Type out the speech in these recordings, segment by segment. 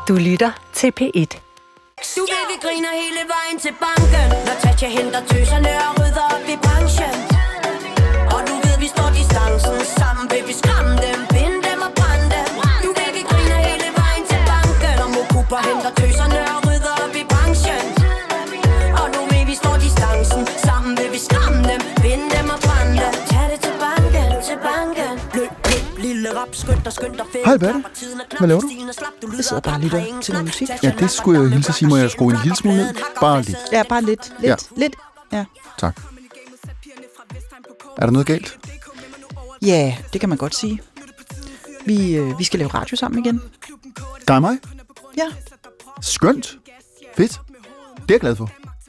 Du lytter til P1. Du ved, vi griner hele vejen til banken, når Tatja henter tøserne og rydder op i branchen. Og du ved, vi står distancen sammen, baby, skram dem, bind dem og brænd dem. Du ved, vi griner hele vejen til banken, og Mokuba henter tøserne og rydder op i branchen. Og du ved, vi står distancen sammen, baby, skram dem, bind dem og brænd dem. Tag det til banken, til banken. Løb, løb, lille rap, skynd dig, fed. Hej, Berthe. Hvad laver du? Jeg sidder bare og lytter til noget musik. Ja, det skulle jeg jo hilse at sige. Må jeg skrue en lille smule ned? Bare lidt. Ja, bare lidt. Lidt. Ja. Tak. Er der noget galt? Ja, det kan man godt sige. Vi skal lave radio sammen igen. Der er mig? Ja. Skønt. Fedt. Det er jeg glad for.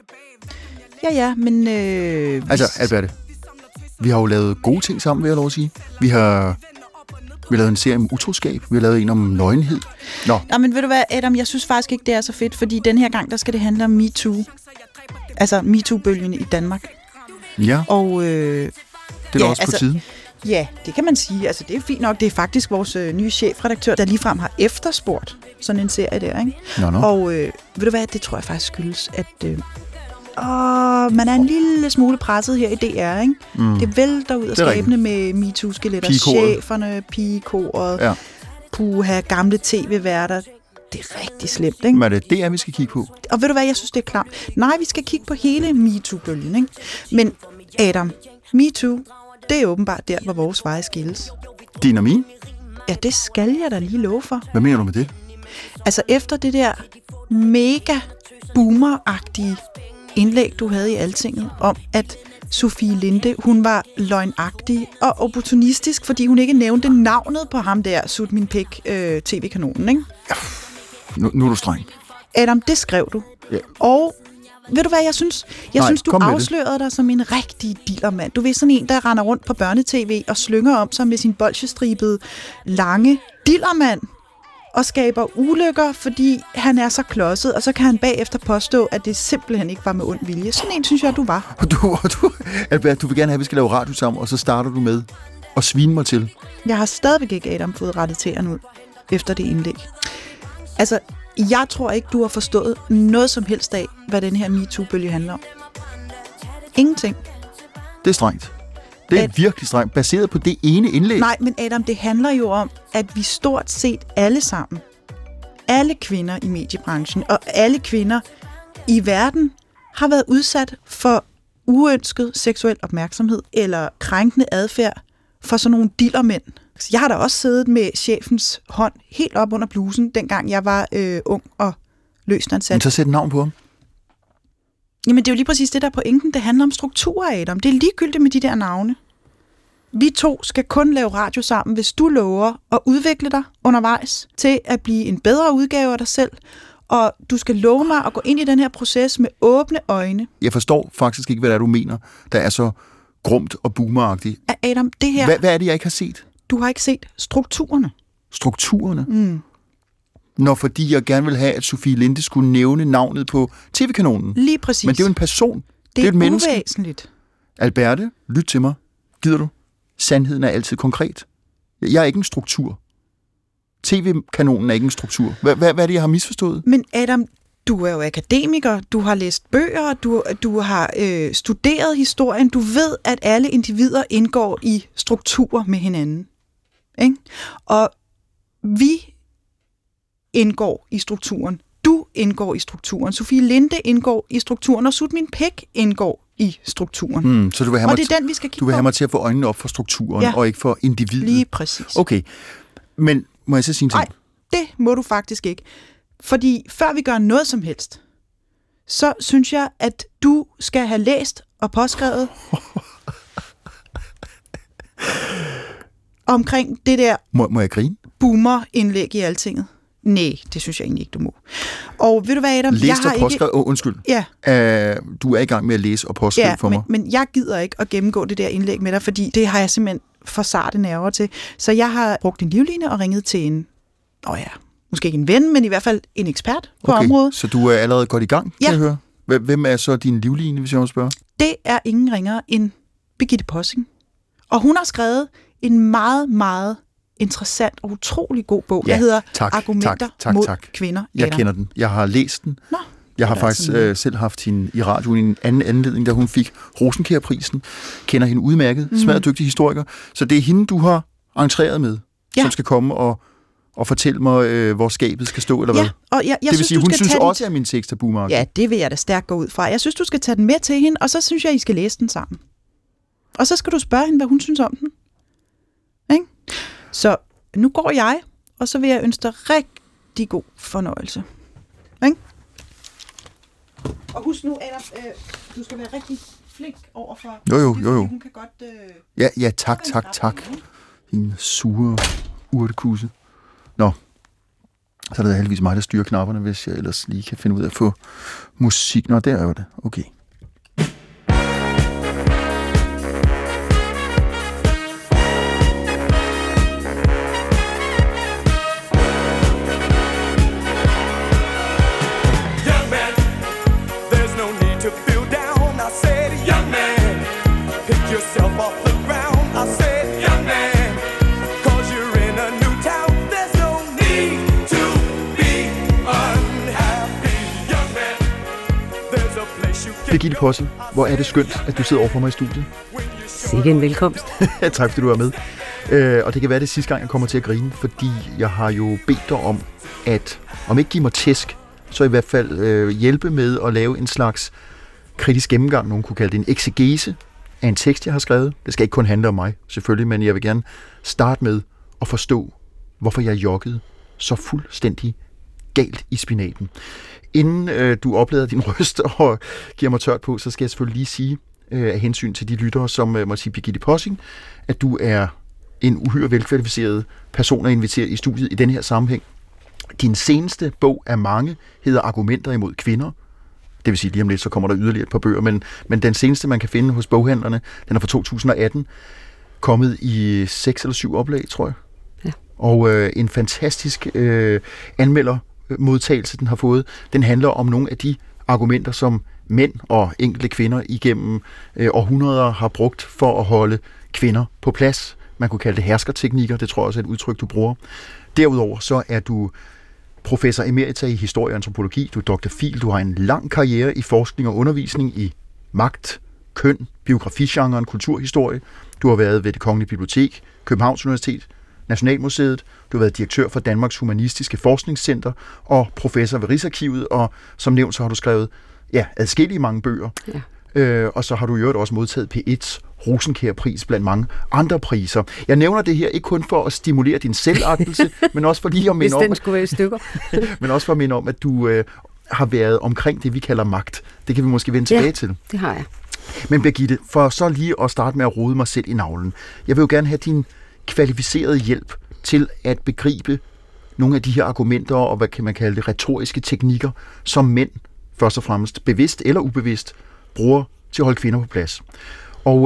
Ja, men... Altså, Alberte, vi har jo lavet gode ting sammen, vil jeg lov at sige. Vi har lavet en serie om utroskab. Vi har lavet en om nøgenhed. Nå. Ja, men ved du hvad, Adam, jeg synes faktisk ikke, det er så fedt, fordi den her gang, der skal det handle om MeToo. Altså MeToo-bølgen i Danmark. Ja, og, det er også på tiden. Ja, det kan man sige. Altså, det er fint nok. Det er faktisk vores nye chefredaktør, der ligefrem har efterspurgt sådan en serie der, ikke? Nå. Og ved du hvad, det tror jeg faktisk skyldes, at man er en lille smule presset her i DR, ikke? Det vælter ud af skabene med MeToo-skeletter, cheferne, pigekoret, puha, gamle tv-værter. Det er rigtig slemt, ikke? Men er det DR, vi skal kigge på? Og ved du hvad, jeg synes, det er klart. Nej, vi skal kigge på hele MeToo-bølgen, ikke? Men Adam, MeToo, det er åbenbart der, hvor vores veje skilles. Din og min? Ja, det skal jeg da lige love for. Hvad mener du med det? Altså efter det der mega boomer-agtige indlæg, du havde i Altinget, om at Sofie Linde, hun var løgnagtig og opportunistisk, fordi hun ikke nævnte navnet på ham der, Sut min pik, tv-kanonen, ikke? Nu er du streng. Adam, det skrev du. Ja. Og ved du hvad, jeg synes du afslørede dig som en rigtig dillermand. Du er sådan en, der render rundt på børnetv og slynger om sig med sin bolsjestribede, lange dillermand og skaber ulykker, fordi han er så klodset, og så kan han bagefter påstå, at det simpelthen ikke var med ond vilje. Sådan en synes jeg, du var. Albert, du vil gerne have, at vi skal lave radio sammen, og så starter du med at svine mig til. Jeg har stadigvæk ikke, Adam, fået rettet tæren ud efter det indlæg. Altså, jeg tror ikke, du har forstået noget som helst af, hvad den her MeToo-bølge handler om. Ingenting. Det er strengt. Det er virkelig strengt, baseret på det ene indlæg. Nej, men Adam, det handler jo om, at vi stort set alle sammen, alle kvinder i mediebranchen og alle kvinder i verden, har været udsat for uønsket seksuel opmærksomhed eller krænkende adfærd for sådan nogle dillermænd. Jeg har da også siddet med chefens hånd helt op under blusen, dengang jeg var ung og løsansat. Men så sæt navn på ham. Jamen, det er jo lige præcis det, der er pointen. Det handler om strukturer, Adam. Det er ligegyldigt med de der navne. Vi to skal kun lave radio sammen, hvis du lover at udvikle dig undervejs til at blive en bedre udgave af dig selv. Og du skal love mig at gå ind i den her proces med åbne øjne. Jeg forstår faktisk ikke, hvad det er, du mener, der er så grumt og boomeragtigt. Adam, det her... Hvad er det, jeg ikke har set? Du har ikke set strukturerne. Strukturerne? Nå, fordi jeg gerne vil have, at Sofie Linde skulle nævne navnet på tv-kanonen. Lige præcis. Men det er jo en person. Det er et menneske. uvæsentligt. Alberte, lyt til mig. Gider du? Sandheden er altid konkret. Jeg er ikke en struktur. TV-kanonen er ikke en struktur. Hvad er det, jeg har misforstået? Men Adam, du er jo akademiker, du har læst bøger, du har studeret historien, du ved, at alle individer indgår i strukturer med hinanden. Ikke? Og vi indgår i strukturen. Du indgår i strukturen. Sofie Linde indgår i strukturen, og Sut min pik indgår i strukturen. Så du vil have og mig det er den, vi skal kigge på. Du vil have mig til at få øjnene op for strukturen, og ikke for individet. Lige præcis. Okay, men må jeg så sige en ting? Nej, det må du faktisk ikke. Fordi før vi gør noget som helst, så synes jeg, at du skal have læst og påskrevet omkring det der må jeg grine? Boomer-indlæg i Altinget. Nej, det synes jeg egentlig ikke, du må. Og ved du hvad, Adam? Læst og påskrevet? Undskyld. Ja. Du er i gang med at læse og påskrive for mig. Men jeg gider ikke at gennemgå det der indlæg med dig, fordi det har jeg simpelthen for sarte nerver til. Så jeg har brugt en livline og ringet til en, måske ikke en ven, men i hvert fald en ekspert på området. Så du er allerede godt i gang, kan jeg høre? Hvem er så din livline, hvis jeg må spørge? Det er ingen ringere end Birgitte Possing. Og hun har skrevet en meget, meget interessant og utrolig god bog, Ja, der hedder tak, Argumenter tak, mod tak. kvinder. Jeg Adam. kender den. Jeg har læst den. Nå, Jeg har det er faktisk altså selv haft hende i radioen i en anden anledning, da hun fik Rosenkjærprisen. Kender hende udmærket, smadret dygtig historiker. Så det er hende, du har entreret med, som skal komme og fortælle mig, hvor skabet skal stå, eller hvad? Og jeg det vil sige, hun synes tage også, at min tekst er boomeragtig. Ja, det vil jeg da stærkt gå ud fra. Jeg synes, du skal tage den med til hende, og så synes jeg, I skal læse den sammen. Og så skal du spørge hende, hvad hun synes om den. Ikke? Så nu går jeg, og så vil jeg ønske dig rigtig god fornøjelse. Ikke? Og husk nu, Adam, du skal være rigtig flink overfor... Jo. Hun kan godt... Ja, tak. Din sure urtekusse. Nå, så er det heldigvis mig, der styrer knapperne, hvis jeg ellers lige kan finde ud af at få musik. Nå, der er jo det. Okay. Birgitte Possing, hvor er det skønt, at du sidder overfor mig i studiet. Sikke en velkomst. Tak, fordi du er med. Og det kan være det sidste gang, jeg kommer til at grine, fordi jeg har jo bedt dig om, at om ikke give mig tæsk, så i hvert fald hjælpe med at lave en slags kritisk gennemgang, nogen kunne kalde det en eksegese af en tekst, jeg har skrevet. Det skal ikke kun handle om mig, selvfølgelig, men jeg vil gerne starte med at forstå, hvorfor jeg joggede så fuldstændig galt i spinaten. Inden du oplader din røst og giver mig tørt på, så skal jeg selvfølgelig lige sige, af hensyn til de lyttere, som må sige Birgitte Possing, at du er en uhyre velkvalificeret person at invitere i studiet i den her sammenhæng. Din seneste bog af mange hedder Argumenter imod kvinder. Det vil sige, lige om lidt, så kommer der yderligere et par bøger, men den seneste, man kan finde hos boghandlerne, den er fra 2018, kommet i 6 eller 7 oplag, tror jeg. Ja. Og en fantastisk anmeldermodtagelse, den har fået. Den handler om nogle af de argumenter, som mænd og enkelte kvinder igennem århundreder har brugt for at holde kvinder på plads. Man kunne kalde det herskerteknikker, det tror jeg også er et udtryk, du bruger. Derudover så er du professor emerita i historie og antropologi, du er Dr. Phil, du har en lang karriere i forskning og undervisning i magt, køn, biografigenren, kulturhistorie. Du har været ved Det Kongelige Bibliotek, Københavns Universitet, Nationalmuseet, du har været direktør for Danmarks Humanistiske Forskningscenter og professor ved Rigsarkivet, og som nævnt, så har du skrevet adskillige mange bøger. Ja. Og så har du i øvrigt også modtaget P1's Rosenkjærpris blandt mange andre priser. Jeg nævner det her ikke kun for at stimulere din selvagtelse, men også for lige at minde om, den skulle være i stykker. men også for at minde om, at du har været omkring det, vi kalder magt. Det kan vi måske vende tilbage til. Det har jeg. Men Birgitte, for så lige at starte med at rode mig selv i navlen. Jeg vil jo gerne have din kvalificerede hjælp til at begribe nogle af de her argumenter og hvad kan man kalde det, retoriske teknikker, som mænd først og fremmest bevidst eller ubevidst bruger til at holde kvinder på plads. Og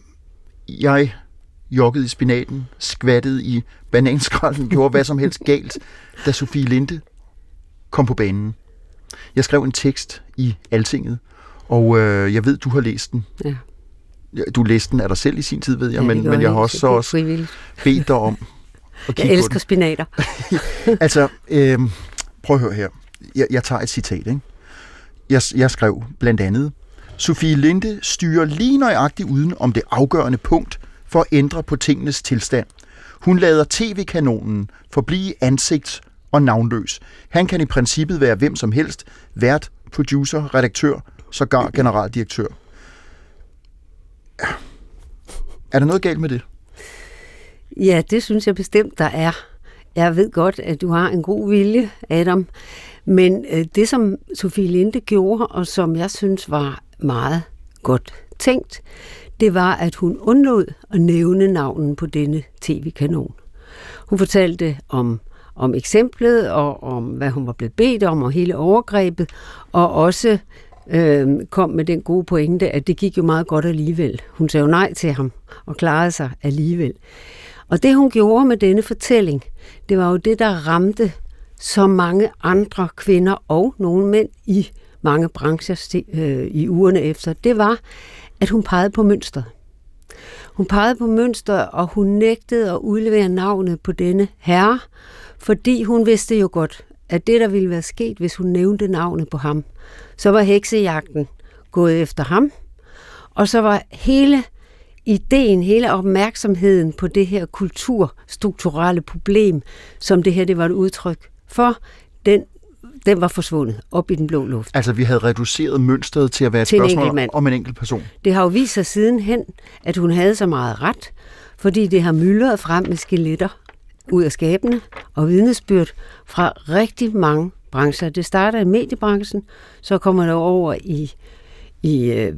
jeg joggede i spinaten, skvattede i bananskralden, gjorde hvad som helst galt, da Sofie Linde kom på banen. Jeg skrev en tekst i Altinget, og jeg ved, du har læst den. Ja. Du læste den af dig selv i sin tid, ved jeg, men jeg har også bedt dig om at kigge. Jeg elsker spinater. Altså, prøv at høre her. Jeg tager et citat, ikke? Jeg skrev blandt andet, Sofie Linde styrer lige nøjagtigt uden om det afgørende punkt for at ændre på tingenes tilstand. Hun lader tv-kanonen forblive ansigts- og navnløs. Han kan i princippet være hvem som helst, vært, producer, redaktør, sågar generaldirektør. Er der noget galt med det? Ja, det synes jeg bestemt, der er. Jeg ved godt, at du har en god vilje, Adam. Men det, som Sofie Linde gjorde, og som jeg synes var meget godt tænkt, det var, at hun undlod at nævne navnen på denne tv-kanon. Hun fortalte om eksemplet, og om hvad hun var blevet bedt om, og hele overgrebet, og også kom med den gode pointe, at det gik jo meget godt alligevel. Hun sagde jo nej til ham, og klarede sig alligevel. Og det, hun gjorde med denne fortælling, det var jo det, der ramte så mange andre kvinder og nogle mænd i mange brancher i ugerne efter. Det var, at hun pegede på mønstret. Hun pegede på Münster, og hun nægtede at udlevere navnet på denne herre, fordi hun vidste jo godt, at det, der ville være sket, hvis hun nævnte navnet på ham, så var heksejagten gået efter ham, og så var hele ideen, hele opmærksomheden på det her kulturstrukturelle problem, som det her det var et udtryk for, den var forsvundet op i den blå luft. Altså, vi havde reduceret mønstret til at være et spørgsmål om en enkelt person. Det har jo vist sig sidenhen, at hun havde så meget ret, fordi det har myldret frem med skeletter ud af skabene og vidnesbyrd fra rigtig mange brancher. Det starter i mediebranchen, så kommer det over i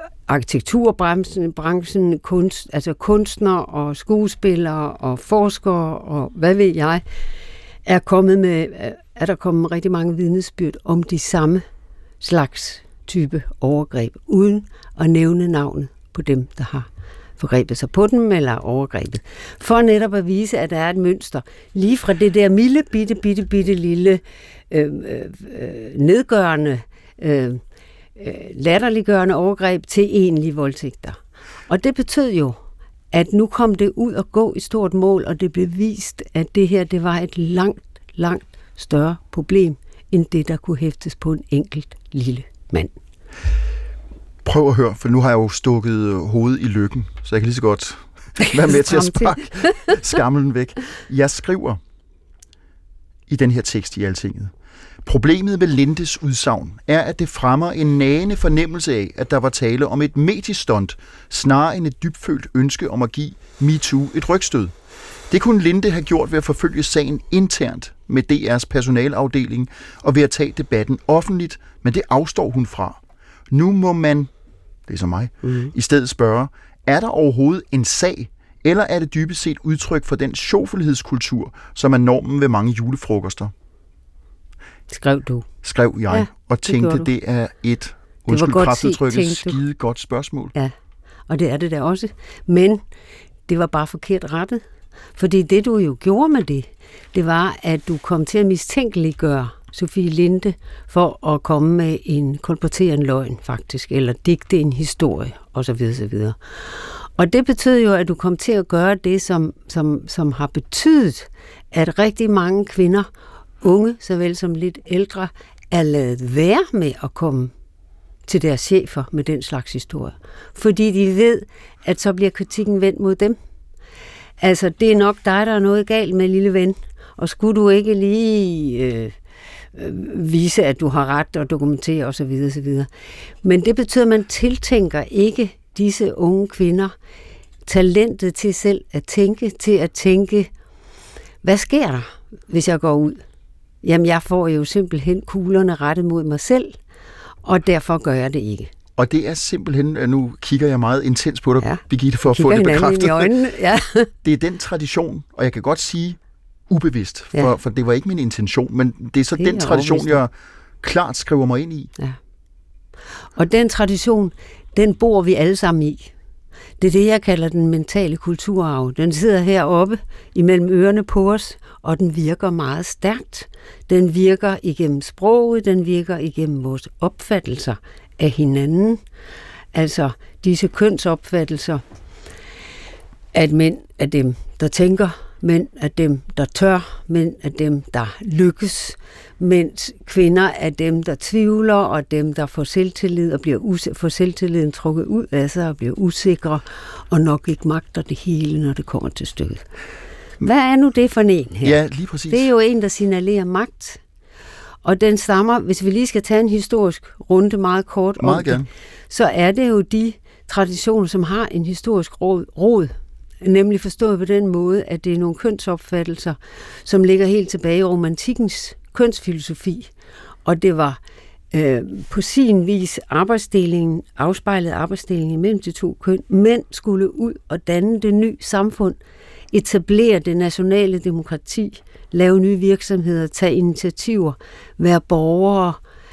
arkitekturbranchen, altså kunstnere og skuespillere og forskere og hvad ved jeg, er der kommet rigtig mange vidnesbyrd om de samme slags type overgreb, uden at nævne navnet på dem, der har forgrebet sig på dem eller overgrebet. For netop at vise, at der er et mønster, lige fra det der milde, bitte lille nedgørende, latterliggørende overgreb til egentlige voldtægter. Og det betød jo, at nu kom det ud at gå i stort mål, og det blev vist, at det her det var et langt større problem, end det, der kunne hæftes på en enkelt lille mand. Prøv at høre, for nu har jeg jo stukket hovedet i lykken, så jeg kan lige så godt være med til at sparke skamlen væk. Jeg skriver i den her tekst i Altinget: problemet med Lindes udsagn er, at det fremmer en nagende fornemmelse af, at der var tale om et mediestunt, snarere end et dybfølt ønske om at give MeToo et rygstød. Det kunne Linde have gjort ved at forfølge sagen internt med DR's personalafdeling og ved at tage debatten offentligt, men det afstår hun fra. Nu må man, det er så mig, i stedet spørge, er der overhovedet en sag, eller er det dybest set udtryk for den sjovfuldhedskultur, som er normen ved mange julefrokoster? Skrev du. Skrev jeg, ja, og tænkte, det er et, undskyld kraftudtrykket, skide godt spørgsmål. Ja, og det er det der også. Men det var bare forkert rettet. Fordi det, du jo gjorde med det var, at du kom til at mistænkeliggøre Sofie Linde for at komme med en kolporterende løgn, faktisk, eller digte en historie, osv. Og det betød jo, at du kom til at gøre det, som har betydet, at rigtig mange kvinder, unge såvel som lidt ældre, er ladet være med at komme til deres chefer med den slags historie. Fordi de ved, at så bliver kritikken vendt mod dem. Altså, det er nok dig, der er noget galt med, lille ven. Og skulle du ikke lige vise, at du har ret og dokumentere osv. osv. Men det betyder, at man tiltænker ikke disse unge kvinder talentet til selv at tænke, hvad sker der, hvis jeg går ud? Jamen, jeg får jo simpelthen kuglerne rettet mod mig selv, og derfor gør jeg det ikke. Og det er simpelthen, nu kigger jeg meget intens på dig, ja, Birgitte, for at få det bekræftet. Ja. Det er den tradition, og jeg kan godt sige ubevidst, for det var ikke min intention, men det er så den tradition, jeg klart skriver mig ind i. Ja. Og den tradition, den bor vi alle sammen i. Det er det, jeg kalder den mentale kulturarv. Den sidder heroppe imellem ørerne på os, og den virker meget stærkt. Den virker igennem sproget, den virker igennem vores opfattelser af hinanden. Altså disse kønsopfattelser, at mænd er dem, der tænker, mænd er dem, der tør, mænd er dem, der lykkes, mens kvinder er dem, der tvivler, og dem, der får selvtillid og får selvtilliden trukket ud af sig og bliver usikre, og nok ikke magter det hele, når det kommer til stykket. Hvad er nu det for en her? Ja, lige præcis. Det er jo en, der signalerer magt. Og den stammer, hvis vi lige skal tage en historisk runde meget kort om det, så er det jo de traditioner, som har en historisk rod, nemlig forstået på den måde, at det er nogle kønsopfattelser, som ligger helt tilbage i romantikkens kønsfilosofi. Og det var på sin vis afspejlet arbejdsdelingen mellem de to køn. Mænd skulle ud og danne det nye samfund, etablere det nationale demokrati, lave nye virksomheder, tage initiativer, være borgere,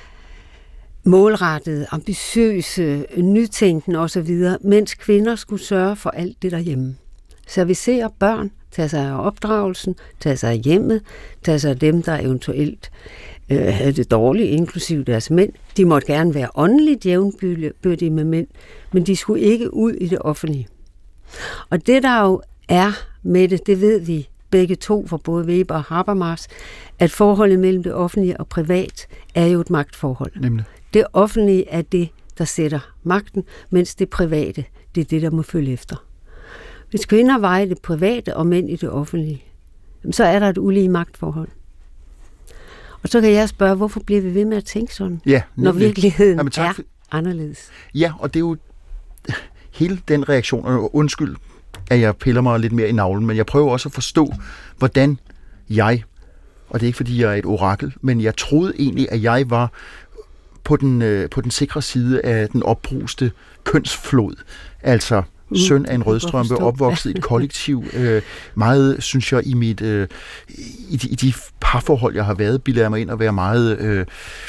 målrettede, ambitiøse, nytænkende osv., mens kvinder skulle sørge for alt det derhjemme. Servicere børn, tage sig af opdragelsen, tage sig af hjemmet, tage sig af dem, der eventuelt havde det dårligt, inklusive deres mænd. De måtte gerne være åndeligt jævnbyrdige med mænd, men de skulle ikke ud i det offentlige. Og det der jo er med det ved vi begge to fra både Weber og Habermas, at forholdet mellem det offentlige og privat er jo et magtforhold. Nemlig. Det offentlige er det, der sætter magten, mens det private, det er det, der må følge efter. Hvis kvinder var i det private og mænd i det offentlige, så er der et ulige magtforhold. Og så kan jeg spørge, hvorfor bliver vi ved med at tænke sådan, når virkeligheden er anderledes? Ja, og det er jo hele den reaktion, og undskyld, at jeg piller mig lidt mere i navlen, men jeg prøver også at forstå, hvordan jeg, og det er ikke fordi jeg er et orakel, men jeg troede egentlig, at jeg var på den sikre side af den opbruste kønsflod. Altså søn af en rødstrømpe, opvokset i et kollektiv. Meget, synes jeg, i de parforhold, jeg har været, bilder jeg mig ind at være meget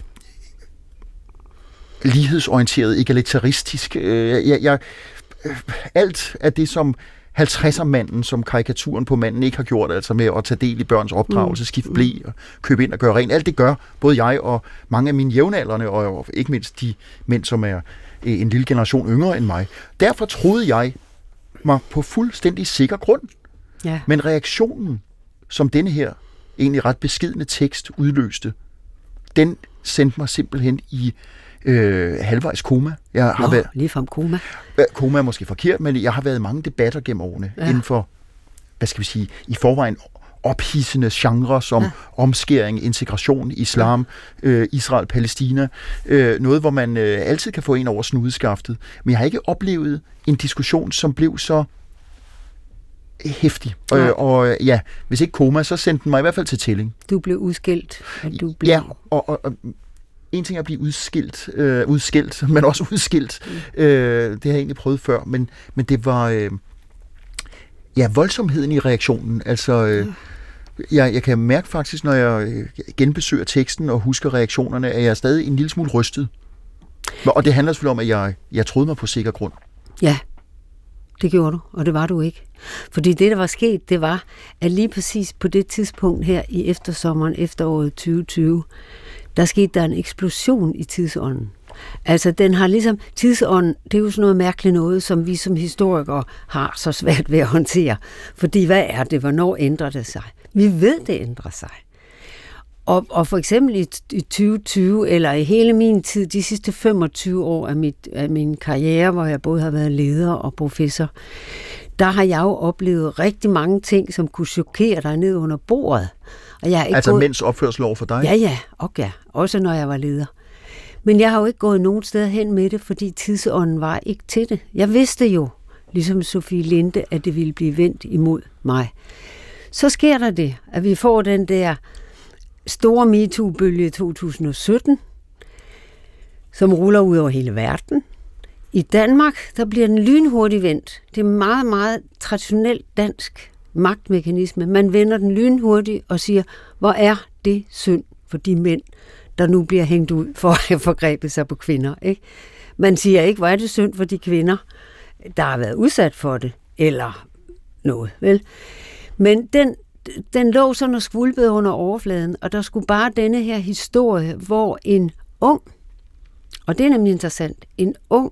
lighedsorienteret, egalitaristisk. Alt af det, som 50'er-manden, som karikaturen på manden ikke har gjort, altså med at tage del i børns opdragelse, skifte ble og købe ind og gøre rent. Alt det gør både jeg og mange af mine jævnaldrende, og ikke mindst de mænd, som er en lille generation yngre end mig. Derfor troede jeg mig på fuldstændig sikker grund. Ja. Men reaktionen, som denne her egentlig ret beskedne tekst udløste, den sendte mig simpelthen i halvvejs koma. Jeg har været ligefrem koma. Koma er måske forkert, men jeg har været i mange debatter gennem årene inden for, hvad skal vi sige, i forvejen ophidsende genrer som omskæring, integration, islam, Israel, Palæstina. Noget, hvor man altid kan få en over snudeskaftet. Men jeg har ikke oplevet en diskussion, som blev så heftig. Og ja, hvis ikke koma, så sendte den mig i hvert fald til tælling. Du blev udskilt. Ja, og en ting er at blive udskilt, men også udskilt. Det har jeg egentlig prøvet før, men det var voldsomheden i reaktionen. Altså, jeg kan mærke faktisk, når jeg genbesøger teksten og husker reaktionerne, at jeg er stadig en lille smule rystet. Og det handler selvfølgelig om, at jeg troede mig på sikker grund. Ja, det gjorde du, og det var du ikke. Fordi det, der var sket, det var, at lige præcis på det tidspunkt her i efteråret 2020, der skete der en eksplosion i tidsånden. Altså, den har ligesom, tidsånden, det er jo sådan noget mærkeligt noget, som vi som historikere har så svært ved at håndtere. Fordi hvad er det? Hvornår ændrer det sig? Vi ved, det ændrer sig. Og for eksempel i 2020, eller i hele min tid, de sidste 25 år af min karriere, hvor jeg både har været leder og professor, der har jeg jo oplevet rigtig mange ting, som kunne chokere dig ned under bordet. Og jeg er ikke mænds opførsel over for dig? Ja, også når jeg var leder. Men jeg har jo ikke gået nogen steder hen med det, fordi tidsånden var ikke til det. Jeg vidste jo, ligesom Sofie Linde, at det ville blive vendt imod mig. Så sker der det, at vi får den der store MeToo-bølge i 2017, som ruller ud over hele verden. I Danmark, der bliver den lynhurtigt vendt. Det er meget, meget traditionelt dansk magtmekanisme. Man vender den lynhurtigt og siger, hvor er det synd for de mænd, der nu bliver hængt ud for at have forgrebet sig på kvinder. Ikke? Man siger ikke, hvor er det synd for de kvinder, der har været udsat for det, eller noget, vel? Men den lå sådan og skvulpede under overfladen, og der skulle bare denne her historie, hvor en ung, og det er nemlig interessant, en ung,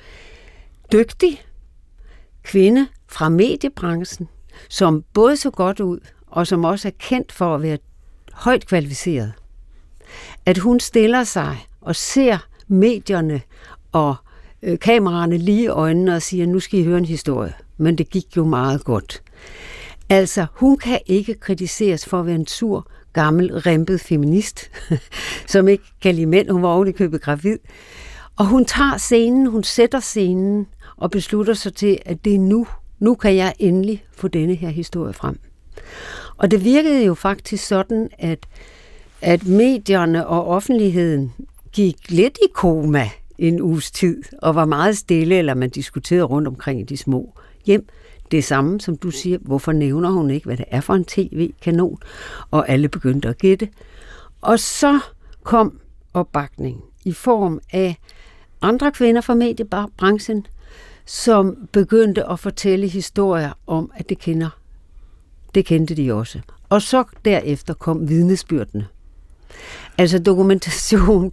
dygtig kvinde fra mediebranchen, som både så godt ud, og som også er kendt for at være højt kvalificeret, at hun stiller sig og ser medierne og kameraerne lige i øjnene og siger, nu skal I høre en historie. Men det gik jo meget godt. Altså, hun kan ikke kritiseres for at være en sur, gammel, rempet feminist, som ikke kan lide mænd. Hun var oven i købet gravid. Og hun tager scenen, hun sætter scenen og beslutter sig til, at det er nu. Nu kan jeg endelig få denne her historie frem. Og det virkede jo faktisk sådan, at medierne og offentligheden gik lidt i koma en uges tid, og var meget stille, eller man diskuterede rundt omkring i de små hjem. Det samme, som du siger, hvorfor nævner hun ikke, hvad det er for en tv-kanon, og alle begyndte at gætte. Og så kom opbakning i form af andre kvinder fra mediebranchen, som begyndte at fortælle historier om, at det kendte de også. Og så derefter kom vidnesbyrdene. Altså dokumentation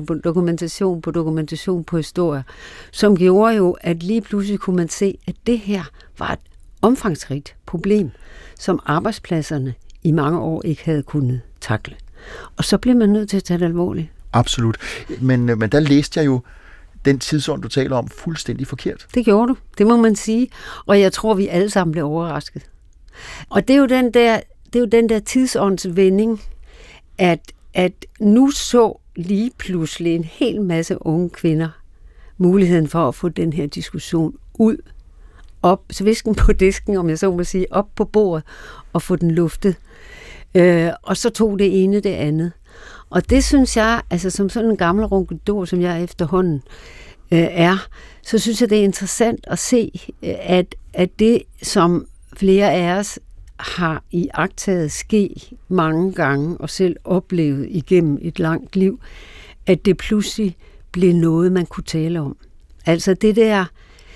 på historie, som gjorde jo, at lige pludselig kunne man se, at det her var et omfangsrigt problem, som arbejdspladserne i mange år ikke havde kunnet takle. Og så blev man nødt til at tage det alvorligt. Absolut. Men der læste jeg jo den tidsånd, du taler om, fuldstændig forkert. Det gjorde du, det må man sige. Og jeg tror, vi alle sammen blev overrasket. Og det er jo den der tidsåndsvending, at nu så lige pludselig en hel masse unge kvinder muligheden for at få den her diskussion ud, op, svisken på disken, om jeg så må sige, op på bordet, og få den luftet. Og så tog det ene det andet. Og det synes jeg, altså som sådan en gammel runkedor, som jeg efterhånden så synes jeg, det er interessant at se, at det, som flere af os har iagttaget ske mange gange, og selv oplevet igennem et langt liv, at det pludselig blev noget, man kunne tale om. Altså det der,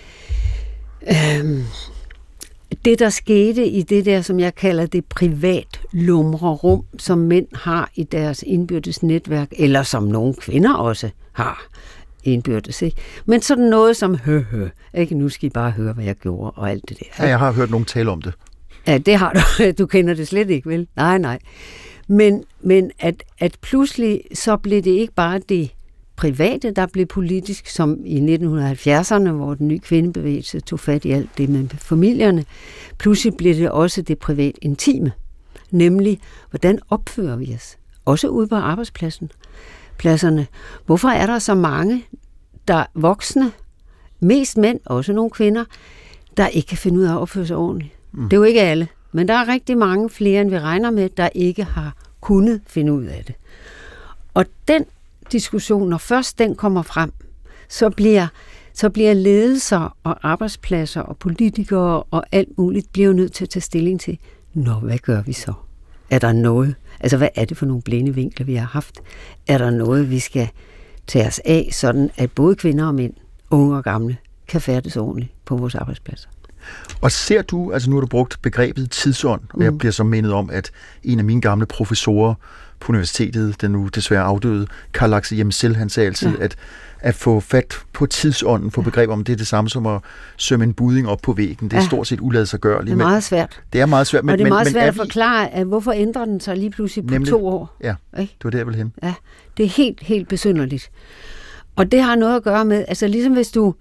det der skete i det der, som jeg kalder det privat lumrerum, som mænd har i deres indbyrdes netværk, eller som nogle kvinder også har indbyrdes, ikke? Men sådan noget som ikke? Nu skal I bare høre, hvad jeg gjorde, og alt det der. Ja, jeg har hørt nogen tale om det. Ja, det har du. Du kender det slet ikke, vel? Nej. Men at pludselig så blev det ikke bare det private, der blev politisk, som i 1970'erne, hvor den nye kvindebevægelse tog fat i alt det med familierne. Pludselig blev det også det privat intime. Nemlig, hvordan opfører vi os? Også ude på arbejdspladserne. Hvorfor er der så mange, der voksne, mest mænd, også nogle kvinder, der ikke kan finde ud af at opføre sig ordentligt? Det er jo ikke alle, men der er rigtig mange flere, end vi regner med, der ikke har kunnet finde ud af det. Og den diskussion, når først den kommer frem, så bliver ledelser og arbejdspladser og politikere og alt muligt bliver nødt til at tage stilling til, hvad gør vi så? Er der noget? Altså, hvad er det for nogle blinde vinkler, vi har haft? Er der noget, vi skal tage os af, sådan at både kvinder og mænd, unge og gamle, kan færdes ordentligt på vores arbejdspladser? Og ser du, altså nu har du brugt begrebet tidsånd, og jeg bliver så mindet om, at en af mine gamle professorer på universitetet, den nu desværre afdøde, Karl Axel Jemsel, han sagde altid, at få fat på tidsånden, få begreb om, det er det samme som at sømme en budding op på væggen. Det er stort set uladsiggørligt. Det er meget svært. Det er meget svært. Og det er meget svært at forklare, at hvorfor ændrer den sig lige pludselig på 2 år. Ja, det var der, jeg ville hen. Ja, det er helt, helt besynderligt. Og det har noget at gøre med, altså ligesom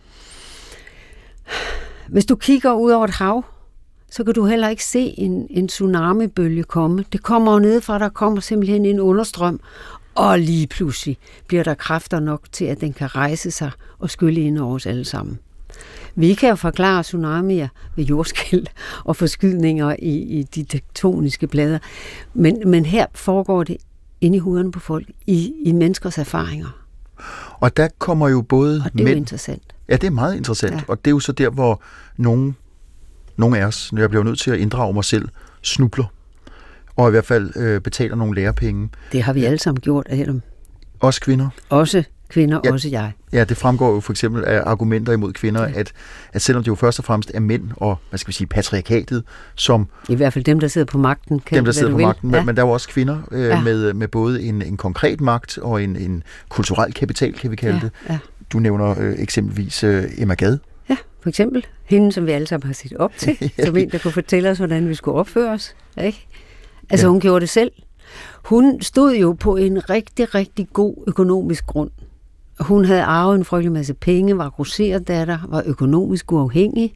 hvis du kigger ud over et hav, så kan du heller ikke se en tsunamibølge komme. Det kommer jo nedefra, der kommer simpelthen en understrøm, og lige pludselig bliver der kræfter nok til, at den kan rejse sig og skylle ind over os alle sammen. Vi kan jo forklare tsunamier ved jordskælv og forskydninger i de tektoniske plader, men her foregår det inde i hovederne på folk, i menneskers erfaringer. Og der kommer jo både og det er jo interessant. Ja, det er meget interessant, ja. Og det er jo så der, hvor nogle af os, når jeg bliver nødt til at inddrage mig selv, snubler, og i hvert fald betaler nogle lærepenge. Det har vi alle sammen gjort, Adam. Også kvinder? Også kvinder, ja, også jeg. Ja, det fremgår jo for eksempel af argumenter imod kvinder, at selvom det jo først og fremmest er mænd og, hvad skal vi sige, patriarkatet, som... I hvert fald dem, der sidder på magten. Men der er jo også kvinder med både en konkret magt og en kulturel kapital, kan vi kalde det. Ja. Du nævner eksempelvis Emma Gad. Ja, for eksempel. Hende, som vi alle sammen har set op til, som en, der kunne fortælle os, hvordan vi skulle opføre os. Ikke? Altså, hun gjorde det selv. Hun stod jo på en rigtig, rigtig god økonomisk grund. Hun havde arvet en frygtelig masse penge, var grosserdatter, var økonomisk uafhængig,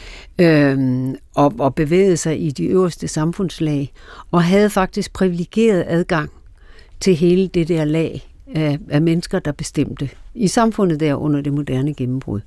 og bevægede sig i de øverste samfundslag, og havde faktisk privilegeret adgang til hele det der lag af mennesker, der bestemte i samfundet der under det moderne gennembrud.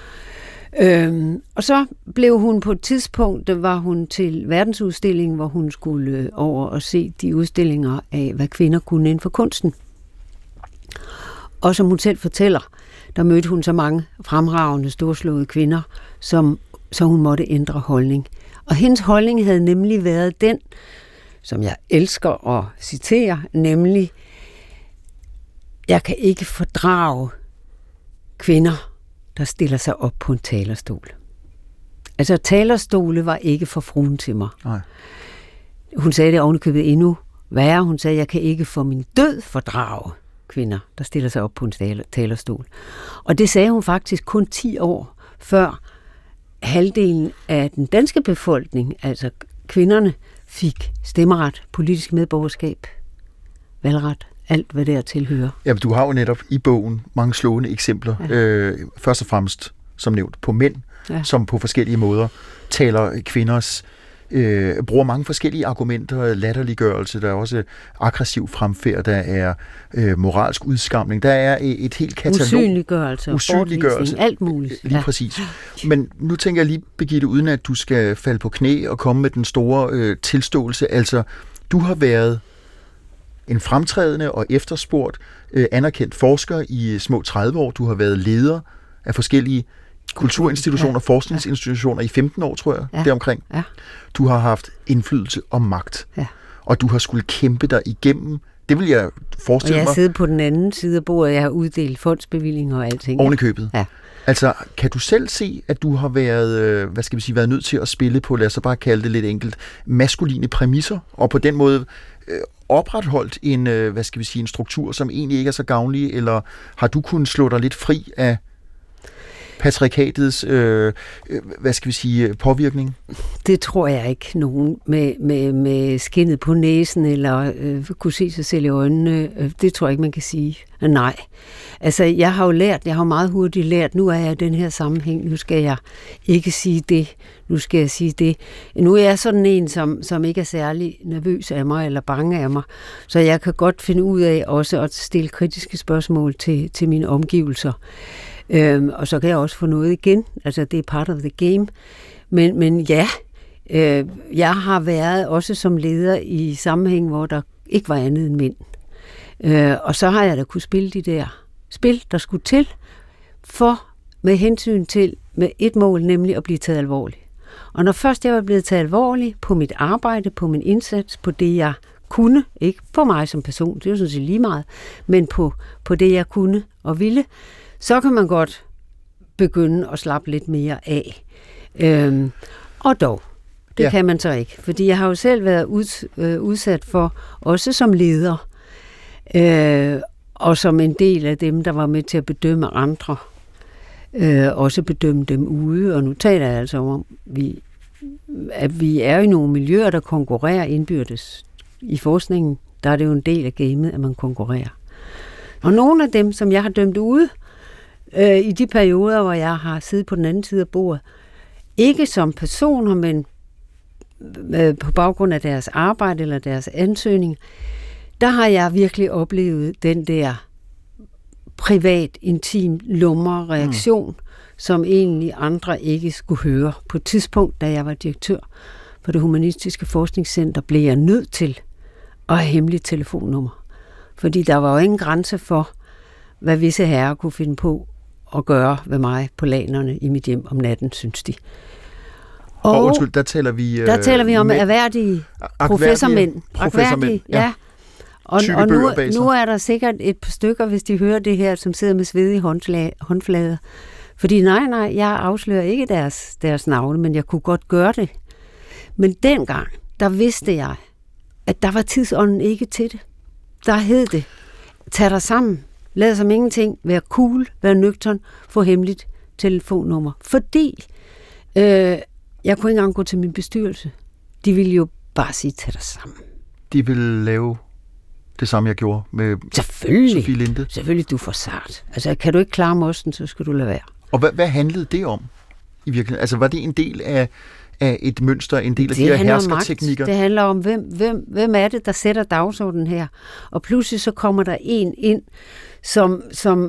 Og så blev hun på et tidspunkt, var hun til verdensudstillingen, hvor hun skulle over og se de udstillinger af, hvad kvinder kunne inden for kunsten. Og som hun selv fortæller, der mødte hun så mange fremragende, storslåede kvinder, så hun måtte ændre holdning. Og hendes holdning havde nemlig været den, som jeg elsker at citere, nemlig, jeg kan ikke fordrage kvinder, der stiller sig op på en talerstol. Altså, talerstole var ikke for fruen til mig. Nej. Hun sagde det ovenikøbet endnu værre. Hun sagde, jeg kan ikke for min død fordrage kvinder, der stiller sig op på en talerstol. Og det sagde hun faktisk kun 10 år før halvdelen af den danske befolkning, altså kvinderne, fik stemmeret, politisk medborgerskab, valgret, alt hvad der tilhører. Jamen, du har jo netop i bogen mange slående eksempler. Ja. Først og fremmest, som nævnt, på mænd, som på forskellige måder taler kvinders, bruger mange forskellige argumenter, latterliggørelse, der er også aggressiv fremfærd, der er moralsk udskamning, der er et helt katalog. Usynliggørelse, alt muligt. Lige præcis. Men nu tænker jeg lige, Birgitte, uden at du skal falde på knæ og komme med den store tilståelse, altså, du har været en fremtrædende og efterspurgt anerkendt forsker i små 30 år. Du har været leder af forskellige kulturinstitutioner, forskningsinstitutioner i 15 år, tror jeg, deromkring. Ja. Du har haft indflydelse og magt, og du har skulle kæmpe dig igennem. Det vil jeg forestille mig. Og jeg sidder på den anden side af bordet, jeg har uddelt fondsbevillinger og alting. Oven i købet. Ja. Altså, kan du selv se, at du har været, været nødt til at spille på, lad os så bare kalde det lidt enkelt, maskuline præmisser, og på den måde opretholdt en struktur, som egentlig ikke er så gavnlig, eller har du kunnet slå dig lidt fri af patriarkatets, påvirkning? Det tror jeg ikke, nogen med skindet på næsen, eller kunne se sig selv i øjnene. Det tror jeg ikke, man kan sige. Nej. Altså, jeg har meget hurtigt lært, nu er jeg i den her sammenhæng, nu skal jeg ikke sige det, nu skal jeg sige det. Nu er jeg sådan en, som ikke er særlig nervøs af mig, eller bange af mig, så jeg kan godt finde ud af også at stille kritiske spørgsmål til mine omgivelser. Og så kan jeg også få noget igen, altså det er part of the game. Men ja, jeg har været også som leder i sammenhæng, hvor der ikke var andet end mænd. Og så har jeg da kunne spille de der spil, der skulle til, med hensyn til, med et mål, nemlig at blive taget alvorligt. Og når først jeg var blevet taget alvorligt på mit arbejde, på min indsats, på det jeg kunne, ikke på mig som person, det er jo sådan set lige meget, men på det jeg kunne og ville, så kan man godt begynde at slappe lidt mere af. Og dog, det kan man så ikke. Fordi jeg har jo selv været udsat for, også som leder, og som en del af dem, der var med til at bedømme andre, også bedømme dem ude. Og nu taler jeg altså om, at vi er i nogle miljøer, der konkurrerer indbyrdes. I forskningen, der er det jo en del af gamet, at man konkurrerer. Og nogle af dem, som jeg har dømt ude, i de perioder, hvor jeg har siddet på den anden side af bordet, ikke som personer, men på baggrund af deres arbejde eller deres ansøgning, der har jeg virkelig oplevet den der privat, intim, lummer reaktion, som egentlig andre ikke skulle høre. På et tidspunkt, da jeg var direktør for det humanistiske forskningscenter, blev jeg nødt til at have hemmeligt telefonnummer. Fordi der var jo ingen grænse for, hvad visse herrer kunne finde på at gøre ved mig på lanerne i mit hjem om natten, synes de. Og undskyld, der taler vi om erhverdige professormænd. Professormænd, ja. Og nu er der sikkert et par stykker, hvis de hører det her, som sidder med svedige håndflader. Fordi nej, jeg afslører ikke deres navne, men jeg kunne godt gøre det. Men dengang, der vidste jeg, at der var tidsånden ikke til det. Der hed det, tag dig sammen, lad som ingenting, vær cool, vær nøgtern, få hemmeligt telefonnummer. Fordi jeg kunne ikke engang gå til min bestyrelse. De ville jo bare sige, tag dig sammen. De ville lave det samme, jeg gjorde med Sofie Linde? Selvfølgelig, du er for sart. Altså, kan du ikke klare mosten, så skal du lade være. Og hvad handlede det om i virkeligheden? Altså, var det en del af et mønster, en del af de her herskerteknikker? Det handler om, hvem er det, der sætter dagsordenen her? Og pludselig så kommer der en ind, som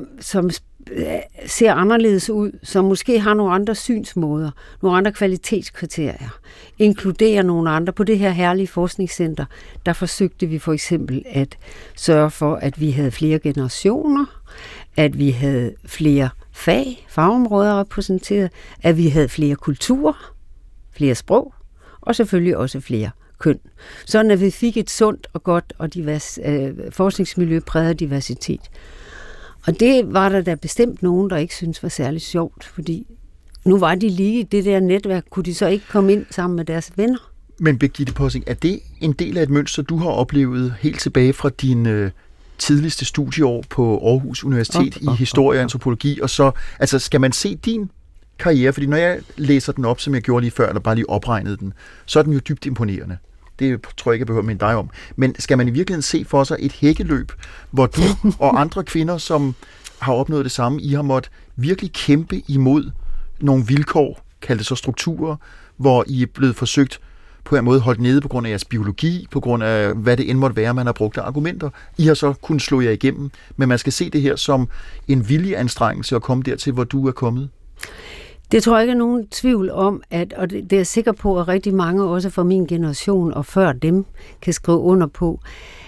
ser anderledes ud, som måske har nogle andre synsmåder, nogle andre kvalitetskriterier, inkluderer nogle andre. På det her herlige forskningscenter, der forsøgte vi for eksempel at sørge for, at vi havde flere generationer, at vi havde flere fagområder repræsenteret, at vi havde flere kulturer, flere sprog, og selvfølgelig også flere køn. Sådan at vi fik et sundt og godt og forskningsmiljø præget af diversitet. Og det var der bestemt nogen, der ikke syntes var særlig sjovt, fordi nu var de lige i det der netværk, kunne de så ikke komme ind sammen med deres venner? Men Birgitte Possing, er det en del af et mønster, du har oplevet helt tilbage fra dine tidligste studieår på Aarhus Universitet i historie og antropologi, og så, altså skal man se din karriere, fordi når jeg læser den op, som jeg gjorde lige før, eller bare lige opregnede den, så er den jo dybt imponerende. Det tror jeg ikke, jeg behøver minde dig om. Men skal man i virkeligheden se for sig et hækkeløb, hvor du og andre kvinder, som har opnået det samme, I har måttet virkelig kæmpe imod nogle vilkår, kaldt det så strukturer, hvor I er blevet forsøgt på en måde holdt nede på grund af jeres biologi, på grund af hvad det end måtte være, man har brugt af argumenter. I har så kunnet slå jer igennem, men man skal se det her som en viljeanstrengelse at komme dertil, hvor du er kommet. Det tror jeg ikke er nogen tvivl om, og det er jeg sikker på, at rigtig mange også fra min generation og før dem kan skrive under på,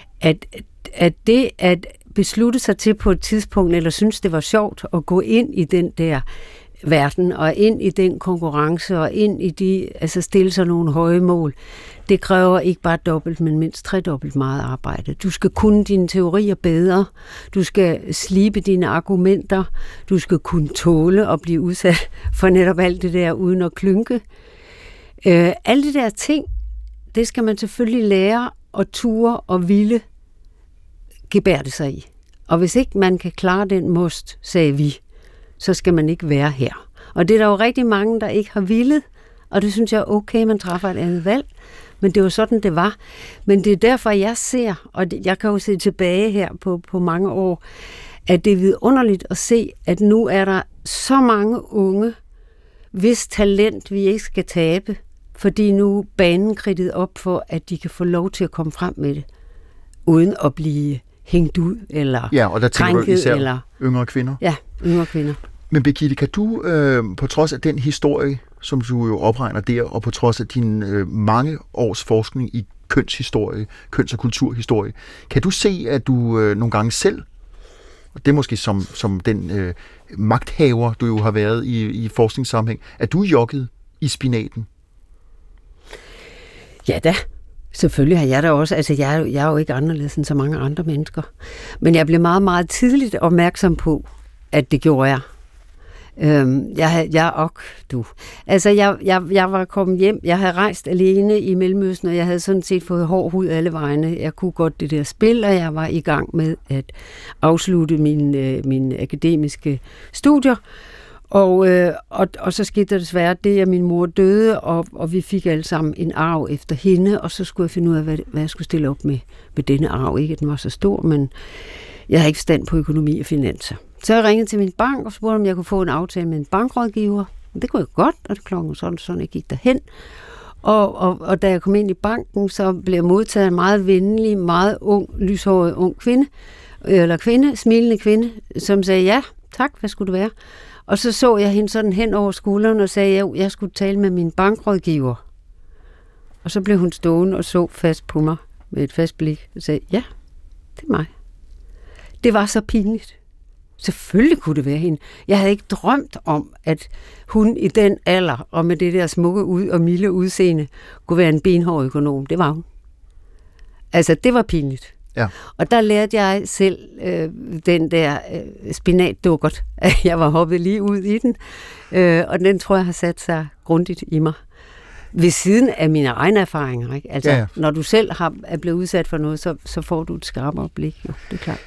at det at beslutte sig til på et tidspunkt, eller synes det var sjovt at gå ind i den der verden, og ind i den konkurrence, og ind i stille sig nogle høje mål, det kræver ikke bare dobbelt, men mindst tredobbelt meget arbejde. Du skal kunne dine teorier bedre, du skal slibe dine argumenter, du skal kunne tåle at blive udsat for netop alt det der uden at klynke. Alle de der ting, det skal man selvfølgelig lære og ture og ville gebærde sig i. Og hvis ikke man kan klare den must, sagde vi, så skal man ikke være her. Og det er der jo rigtig mange, der ikke har villet, og det synes jeg er okay, man træffer et andet valg, men det var sådan, det var. Men det er derfor, jeg ser, og jeg kan jo se tilbage her på mange år, at det er vidunderligt at se, at nu er der så mange unge, hvis talent vi ikke skal tabe, fordi nu banen kridtet op for, at de kan få lov til at komme frem med det, uden at blive hængt ud, eller og der tænker du især eller yngre kvinder. Ja, yngre kvinder. Men Birgitte, kan du på trods af den historie, som du jo opregner der, og på trods af din mange års forskning i kønshistorie, køns- og kulturhistorie, kan du se, at du nogle gange selv, og det er måske som den magthaver, du jo har været i forskningssammenhæng, at du er jokket i spinaten? Ja da. Selvfølgelig har jeg da også, altså jeg er jo ikke anderledes end så mange andre mennesker. Men jeg blev meget, meget tidligt opmærksom på, at det gjorde jeg. Jeg var kommet hjem, jeg havde rejst alene i Mellemøsten, og jeg havde sådan set fået hård hud alle vegne. Jeg kunne godt det der spil, og jeg var i gang med at afslutte mine akademiske studier. Og så skete der desværre det, at min mor døde, og vi fik alle sammen en arv efter hende, og så skulle jeg finde ud af, hvad jeg skulle stille op med denne arv. Ikke at den var så stor, men jeg havde ikke forstand på økonomi og finanser. Så jeg ringede til min bank og spurgte, om jeg kunne få en aftale med en bankrådgiver. Det kunne jeg godt, og det klokken sådan jeg gik derhen. Og da jeg kom ind i banken, så blev jeg modtaget en meget venlig, meget ung, lyshåret ung kvinde, smilende kvinde, som sagde, ja, tak, hvad skulle det være? Og så jeg hende sådan hen over skulderen og sagde, at jeg skulle tale med min bankrådgiver. Og så blev hun stående og så fast på mig med et fast blik og sagde, ja, det er mig. Det var så pinligt. Selvfølgelig kunne det være hende. Jeg havde ikke drømt om, at hun i den alder og med det der smukke og milde udseende kunne være en benhård økonom. Det var hun. Altså, det var pinligt. Ja. Og der lærte jeg selv den der spinatdukkert, at jeg var hoppet lige ud i den, og den tror jeg har sat sig grundigt i mig. Ved siden af mine egne erfaringer, ikke? Altså, ja. Når du selv er blevet udsat for noget, så får du et skarpere blik, jo, det er klart.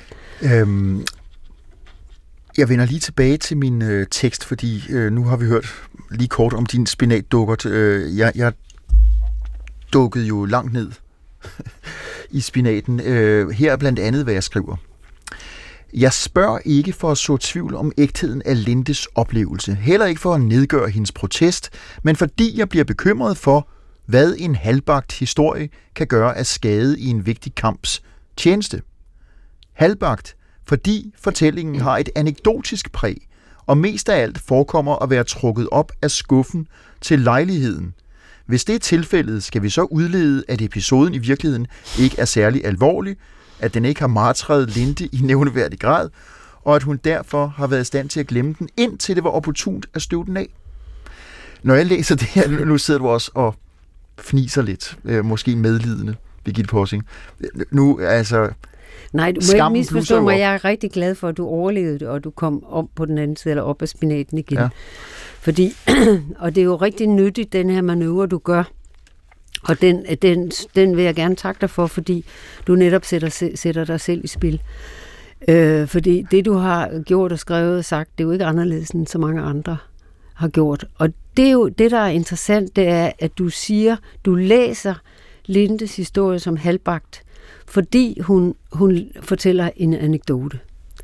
Jeg vender lige tilbage til min tekst, fordi nu har vi hørt lige kort om din spinatdukkert. Jeg dukkede jo langt ned i spinaten. Her er blandt andet, hvad jeg skriver. Jeg spørger ikke for at så tvivl om ægtheden af Lindes oplevelse, heller ikke for at nedgøre hendes protest, men fordi jeg bliver bekymret for, hvad en halvbagt historie kan gøre af skade i en vigtig kamps tjeneste. Halvbagt, fordi fortællingen har et anekdotisk præg, og mest af alt forekommer at være trukket op af skuffen til lejligheden. Hvis det er tilfældet, skal vi så udlede, at episoden i virkeligheden ikke er særlig alvorlig, at den ikke har martret Linde i nævneværdig grad, og at hun derfor har været i stand til at glemme den, indtil det var opportunt at støve den af. Når jeg læser det her, nu sidder du også og fniser lidt, måske medlidende, Birgitte Possing. Nu, altså... Nej, du må ikke misforstå mig. Jeg er rigtig glad for, at du overlevede det, og du kom op på den anden side, eller op af spinaten igen. Ja. Fordi, og det er jo rigtig nyttigt, den her manøvre, du gør, Og den vil jeg gerne takke dig for, fordi du netop sætter dig selv i spil. Fordi det, du har gjort og skrevet og sagt, det er jo ikke anderledes, end så mange andre har gjort. Og det er jo det, der er interessant, det er, at du læser Lindes historie som halvbagt, fordi hun fortæller en anekdote.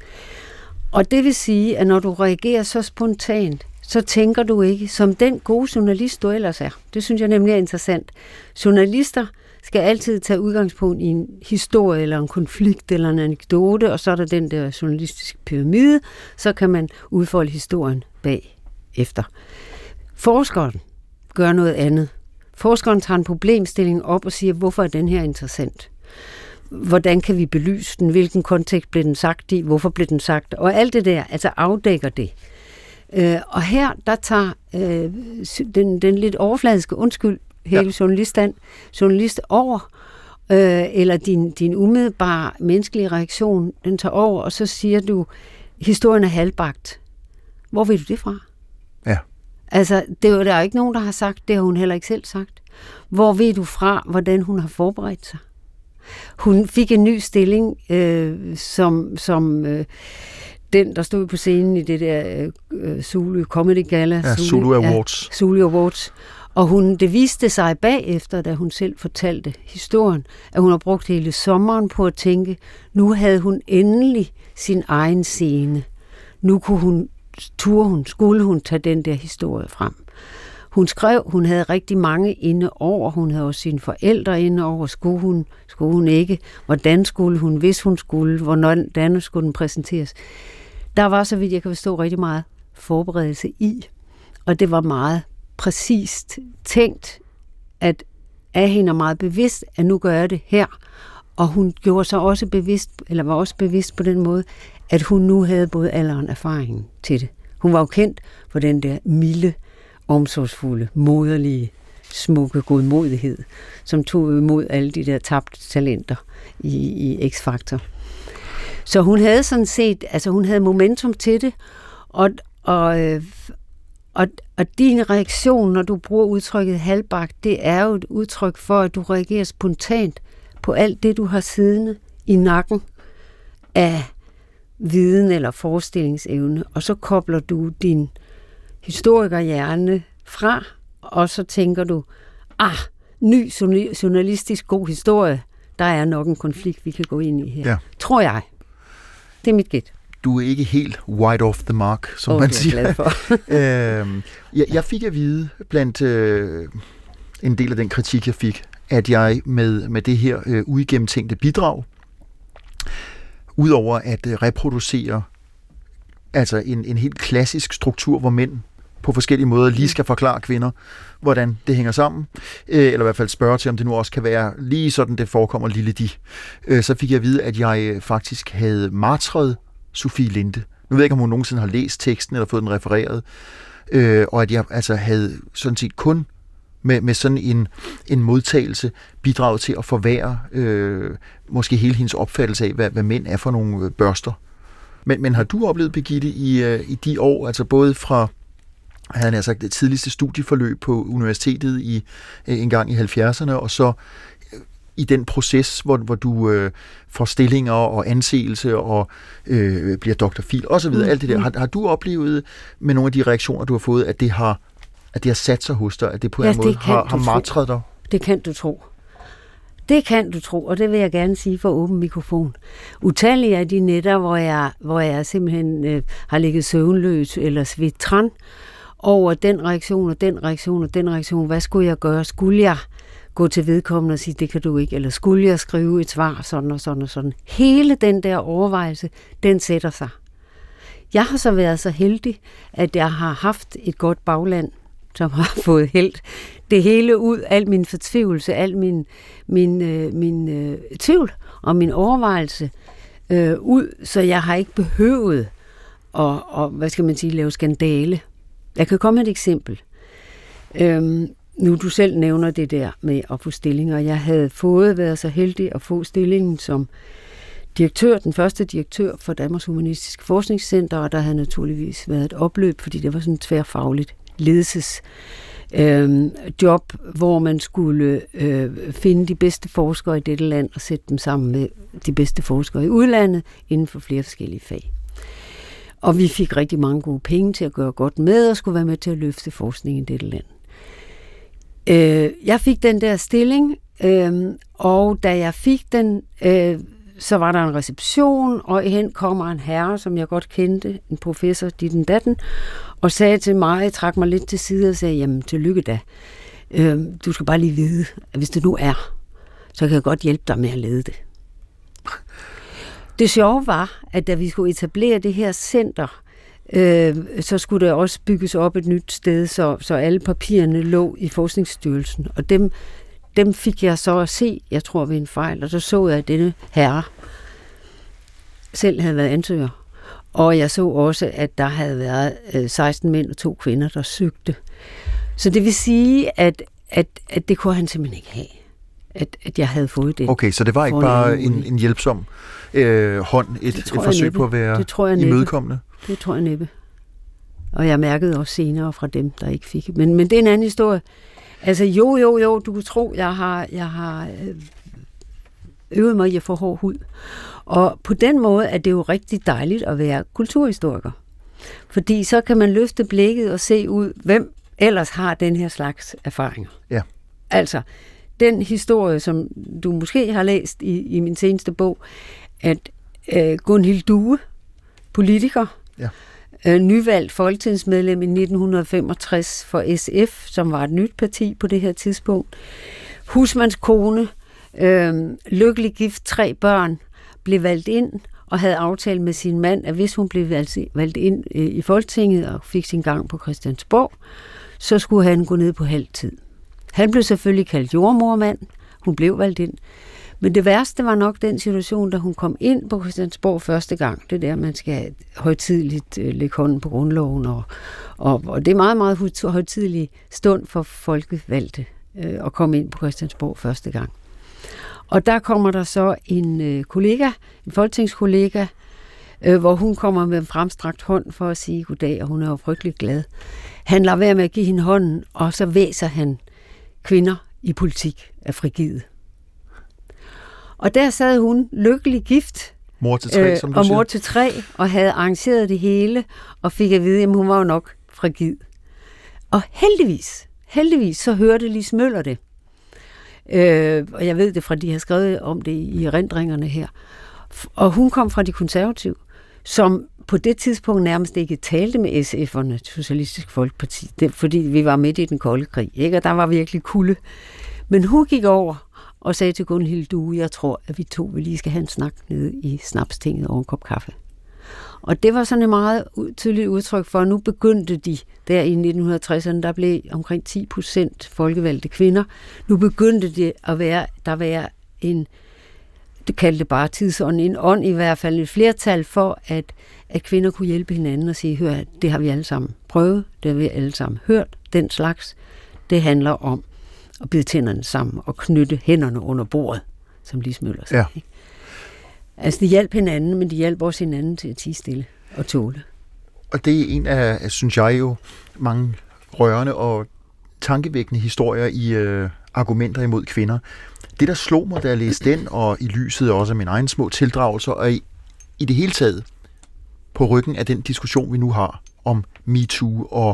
Og det vil sige, at når du reagerer så spontant, så tænker du ikke som den gode journalist, du ellers er. Det synes jeg nemlig er interessant. Journalister skal altid tage udgangspunkt i en historie, eller en konflikt, eller en anekdote, og så er der den der journalistiske pyramide, så kan man udfolde historien bagefter. Forskeren gør noget andet. Forskeren tager en problemstilling op og siger, hvorfor er den her interessant? Hvordan kan vi belyse den? Hvilken kontekst blev den sagt i? Hvorfor blev den sagt? Og alt det der, altså afdækker det. Og her, der tager den lidt overfladiske, hele journalist over, eller din umiddelbare menneskelige reaktion, den tager over, og så siger du, historien er halvbagt. Hvor ved du det fra? Ja. Altså, der er ikke nogen, der har sagt, det har hun heller ikke selv sagt. Hvor ved du fra, hvordan hun har forberedt sig? Hun fik en ny stilling, som den, der stod på scenen i det der Zulu Comedy Gala. Ja, Zulu Awards. Ja, Zulu Awards. Og det viste sig bagefter, da hun selv fortalte historien, at hun har brugt hele sommeren på at tænke, nu havde hun endelig sin egen scene. Nu skulle hun tage den der historie frem. Hun skrev, hun havde rigtig mange inde over, hun havde også sine forældre inde over, skulle hun ikke, hvordan skulle hun, hvis hun skulle, hvordan skulle den præsenteres. Der var, så vidt jeg kan forstå, rigtig meget forberedelse i, og det var meget præcist tænkt, at hende er meget bevidst, at nu gør jeg det her, og hun gjorde sig også bevidst, eller var også bevidst på den måde, at hun nu havde både alderen og erfaringen til det. Hun var jo kendt for den der milde, omsorgsfulde, moderlige, smukke godmodighed, som tog imod alle de der tabte talenter i X-Factor. Så hun havde sådan set, altså hun havde momentum til det, og din reaktion, når du bruger udtrykket halvbagt, det er jo et udtryk for, at du reagerer spontant på alt det, du har siddende i nakken af viden eller forestillingsevne, og så kobler du din historikerhjerne fra, og så tænker du, ny journalistisk god historie, der er nok en konflikt, vi kan gå ind i her. Ja. Tror jeg. Det er mit gæt. Du er ikke helt wide off the mark, som man siger. Det er glad for. Jeg fik at vide, blandt en del af den kritik, jeg fik, at jeg med det her uigennemtænkte bidrag, udover at reproducere altså en helt klassisk struktur, hvor mænd på forskellige måder lige skal forklare kvinder, hvordan det hænger sammen, eller i hvert fald spørge til, om det nu også kan være lige sådan, det forekommer lille de. Så fik jeg at vide, at jeg faktisk havde martret Sofie Linde. Nu ved jeg ikke, om hun nogensinde har læst teksten eller fået den refereret, og at jeg altså havde sådan set kun med sådan en modtagelse bidraget til at forværre måske hele hendes opfattelse af, hvad mænd er for nogle børster. Men har du oplevet, Birgitte, i de år, altså både fra havde han sagt det tidligste studieforløb på universitetet en gang i 70'erne, og så i den proces, hvor du får stillinger og anseelse og bliver doktorfil og så videre, alt det der. Har du oplevet med nogle af de reaktioner, du har fået, at det har sat sig hos dig, at det på en måde har martret dig? Det kan du tro. Det kan du tro, og det vil jeg gerne sige for åben mikrofon. Utallige af de nætter, hvor jeg simpelthen har ligget søvnløs eller svedt tran over den reaktion og den reaktion og den reaktion. Hvad skulle jeg gøre? Skulle jeg gå til vedkommende og sige, det kan du ikke? Eller skulle jeg skrive et svar sådan og sådan og sådan? Hele den der overvejelse, den sætter sig. Jeg har så været så heldig, at jeg har haft et godt bagland, som har fået hældt det hele ud, al min fortvivlelse, al min tvivl og min overvejelse ud, så jeg har ikke behøvet at hvad skal man sige, lave skandale. Jeg kan komme med et eksempel. Nu du selv nævner det der med at få stillinger. Jeg havde været så heldig at få stillingen som direktør, den første direktør for Danmarks Humanistiske Forskningscenter, og der havde naturligvis været et opløb, fordi det var sådan tværfagligt job, hvor man skulle finde de bedste forskere i dette land og sætte dem sammen med de bedste forskere i udlandet inden for flere forskellige fag. Og vi fik rigtig mange gode penge til at gøre godt med og skulle være med til at løfte forskning i dette land. Jeg fik den der stilling, og da jeg fik den, så var der en reception, og hen kommer en herre, som jeg godt kendte, en professor, ditten datten, og sagde til mig, jeg trak mig lidt til side og sagde, jamen tillykke da. Du skal bare lige vide, at hvis det nu er, så kan jeg godt hjælpe dig med at lede det. Det sjove var, at da vi skulle etablere det her center, så skulle der også bygges op et nyt sted, så alle papirerne lå i Forskningsstyrelsen, og dem fik jeg så at se, jeg tror ved en fejl, og så så jeg, at denne herre selv havde været ansøger. Og jeg så også, at der havde været 16 mænd og 2 kvinder, der søgte. Så det vil sige, at det kunne han simpelthen ikke have, at jeg havde fået det. Okay, så det var ikke bare en hjælpsom hånd, et forsøg på at være imødekommende? Det tror jeg næppe. Og jeg mærkede også senere fra dem, der ikke fik. Men det er en anden historie. Altså jo, du kan tro, jeg har øvet mig i at få hård hud. Og på den måde er det jo rigtig dejligt at være kulturhistoriker. Fordi så kan man løfte blikket og se ud, hvem ellers har den her slags erfaringer. Ja. Altså, den historie, som du måske har læst i min seneste bog, at Gunhild Due, politiker, nyvalgt folketingsmedlem i 1965 for SF, som var et nyt parti på det her tidspunkt. Husmandskone, lykkelig gift, 3 børn, blev valgt ind og havde aftalt med sin mand, at hvis hun blev valgt ind i Folketinget og fik sin gang på Christiansborg, så skulle han gå ned på halv tid. Han blev selvfølgelig kaldt jordmormand. Hun blev valgt ind. Men det værste var nok den situation, da hun kom ind på Christiansborg første gang. Det der, man skal højtideligt lægge hånden på grundloven. Og det er meget, meget højtidelig stund for folkevalgte at komme ind på Christiansborg første gang. Og der kommer der så en kollega, en folketingskollega, hvor hun kommer med en fremstrakt hånd for at sige goddag, og hun er jo frygtelig glad. Han lader være med at give hende hånden, og så væser han kvinder i politik af frigide. Og der sad hun lykkelig gift, mor til 3, som du og siger. mor til 3, og havde arrangeret det hele, og fik at vide, at hun var jo nok frigid. Og heldigvis, så hørte Lis Møller det. Og jeg ved det fra, de har skrevet om det i erindringerne her. Og hun kom fra de konservative, som på det tidspunkt nærmest ikke talte med SF'erne, Socialistisk Folkeparti, fordi vi var midt i den kolde krig, ikke? Og der var virkelig kulde. Men hun gik over og sagde til Gunhild Due, jeg tror, at vi lige skal have en snak nede i Snapstinget over en kop kaffe. Og det var sådan et meget tydeligt udtryk for, at nu begyndte de der i 1960'erne, der blev omkring 10% folkevalgte kvinder. Nu begyndte det at være en, det kaldte bare tidsånd, en ånd i hvert fald, et flertal for, at kvinder kunne hjælpe hinanden og sige, hør, det har vi alle sammen prøvet, det har vi alle sammen hørt, den slags. Det handler om at bide tænderne sammen og knytte hænderne under bordet, som Lis Møller sagde. Ja. Altså, de hjalp hinanden, men de hjalp også hinanden til at tie stille og tåle. Og det er en af, synes jeg jo, mange rørende og tankevækkende historier i argumenter imod kvinder. Det, der slog mig, da jeg læste den, og i lyset også af mine egne små tildragelser, og i det hele taget på ryggen af den diskussion, vi nu har om MeToo, og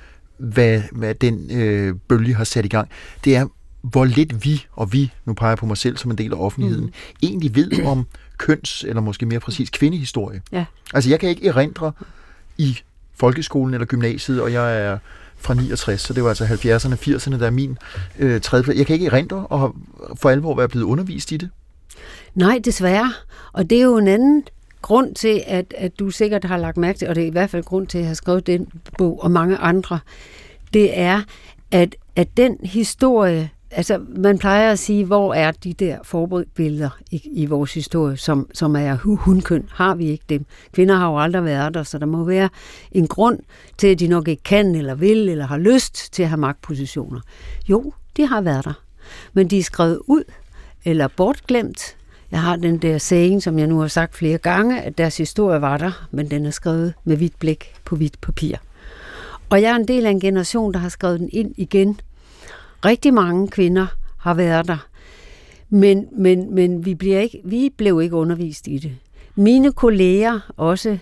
hvad den bølge har sat i gang, det er, hvor lidt vi, nu peger jeg på mig selv som en del af offentligheden, egentlig ved om køns, eller måske mere præcis kvindehistorie. Ja. Altså, jeg kan ikke erindre i folkeskolen eller gymnasiet, og jeg er fra 69, så det var altså 70'erne, 80'erne, der er min tredje. Jeg kan ikke erindre og for alvor være blevet undervist i det. Nej, desværre. Og det er jo en anden grund til, at du sikkert har lagt mærke til, og det er i hvert fald grund til, at jeg har skrevet den bog og mange andre, det er, at den historie, altså man plejer at sige, hvor er de der forbilleder i vores historie, som er hunkøn, har vi ikke dem. Kvinder har jo aldrig været der, så der må være en grund til, at de nok ikke kan, eller vil, eller har lyst til at have magtpositioner. Jo, de har været der, men de er skrevet ud, eller bortglemt. Jeg har den der saying, som jeg nu har sagt flere gange, at deres historie var der, men den er skrevet med hvidt blæk på hvidt papir. Og jeg er en del af en generation, der har skrevet den ind igen. Rigtig mange kvinder har været der. Men vi blev ikke undervist i det. Mine kolleger, også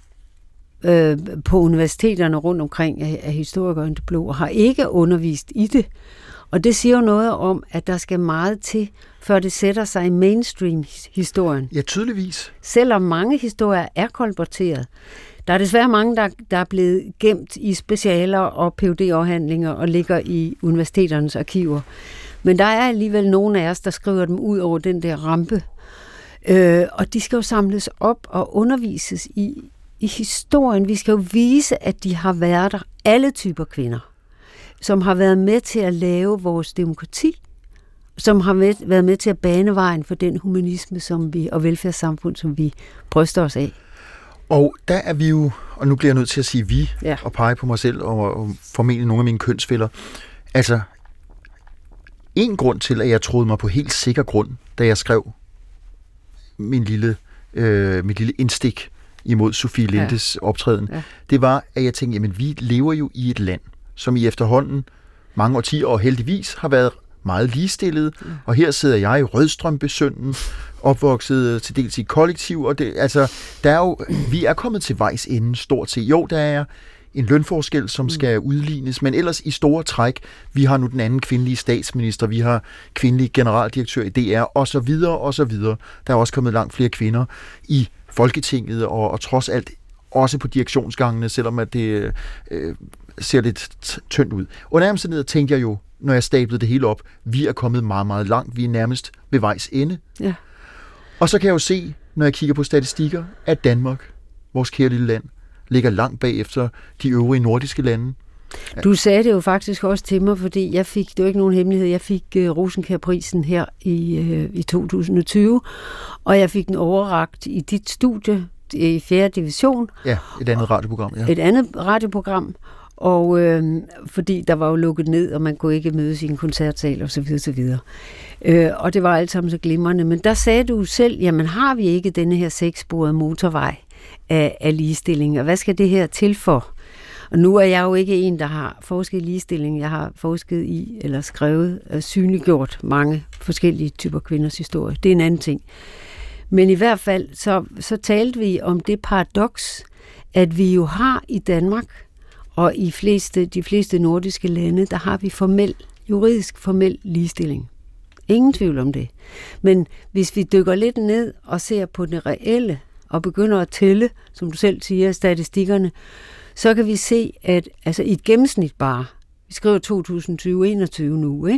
på universiteterne rundt omkring af historikere det blå, har ikke undervist i det. Og det siger jo noget om, at der skal meget til, før det sætter sig i mainstream-historien. Ja, tydeligvis. Selvom mange historier er kolporteret. Der er desværre mange, der er blevet gemt i specialer og PhD-afhandlinger og ligger i universiteternes arkiver. Men der er alligevel nogle af os, der skriver dem ud over den der rampe. Og de skal jo samles op og undervises i historien. Vi skal jo vise, at de har været der, alle typer kvinder, som har været med til at lave vores demokrati, som har været med til at bane vejen for den humanisme og velfærdssamfund, som vi bryster os af. Og der er vi jo, og nu bliver jeg nødt til at sige vi, og pege på mig selv og formentlig nogle af mine kønsfæller. Altså, en grund til, at jeg troede mig på helt sikker grund, da jeg skrev mit lille indstik imod Sofie Lindes optræden, det var, at jeg tænkte, jamen vi lever jo i et land, som i efterhånden mange årtier og heldigvis har været meget ligestillet, og her sidder jeg i Rødstrømpesønnen, opvokset til dels i kollektiv, og det, altså, der er jo, vi er kommet til vejs ende stort set. Jo, der er en lønforskel, som skal udlignes, men ellers i store træk, vi har nu den anden kvindelige statsminister, vi har kvindelig generaldirektør i DR, og så videre, og så videre. Der er også kommet langt flere kvinder i Folketinget, og trods alt også på direktionsgangene, selvom at det ser lidt tyndt ud. Under omstændigheder tænkte jeg jo, når jeg stablede det hele op, vi er kommet meget, meget langt. Vi er nærmest ved vejs ende. Ja. Og så kan jeg jo se, når jeg kigger på statistikker, at Danmark, vores kære lille land, ligger langt bagefter de øvrige nordiske lande. Du sagde det jo faktisk også til mig, fordi det var ikke nogen hemmelighed, jeg fik Rosenkjærprisen her i 2020, og jeg fik den overrakt i dit studie i 4. division. Ja, et andet radioprogram. Ja. Et andet radioprogram, og fordi der var jo lukket ned, og man kunne ikke mødes i en koncertsal og så videre, så videre. Og det var alt sammen så glimrende. Men der sagde du selv, jamen har vi ikke denne her 6-sporede motorvej af ligestilling, og hvad skal det her til for? Og nu er jeg jo ikke en, der har forsket i ligestilling. Jeg har forsket i, eller skrevet, synliggjort mange forskellige typer kvinders historie. Det er en anden ting. Men i hvert fald, så talte vi om det paradoks, at vi jo har i Danmark, og i de fleste nordiske lande, der har vi juridisk formel ligestilling. Ingen tvivl om det. Men hvis vi dykker lidt ned og ser på det reelle, og begynder at tælle, som du selv siger, statistikkerne, så kan vi se, at altså i et gennemsnit bare, vi skriver 2020-21 nu,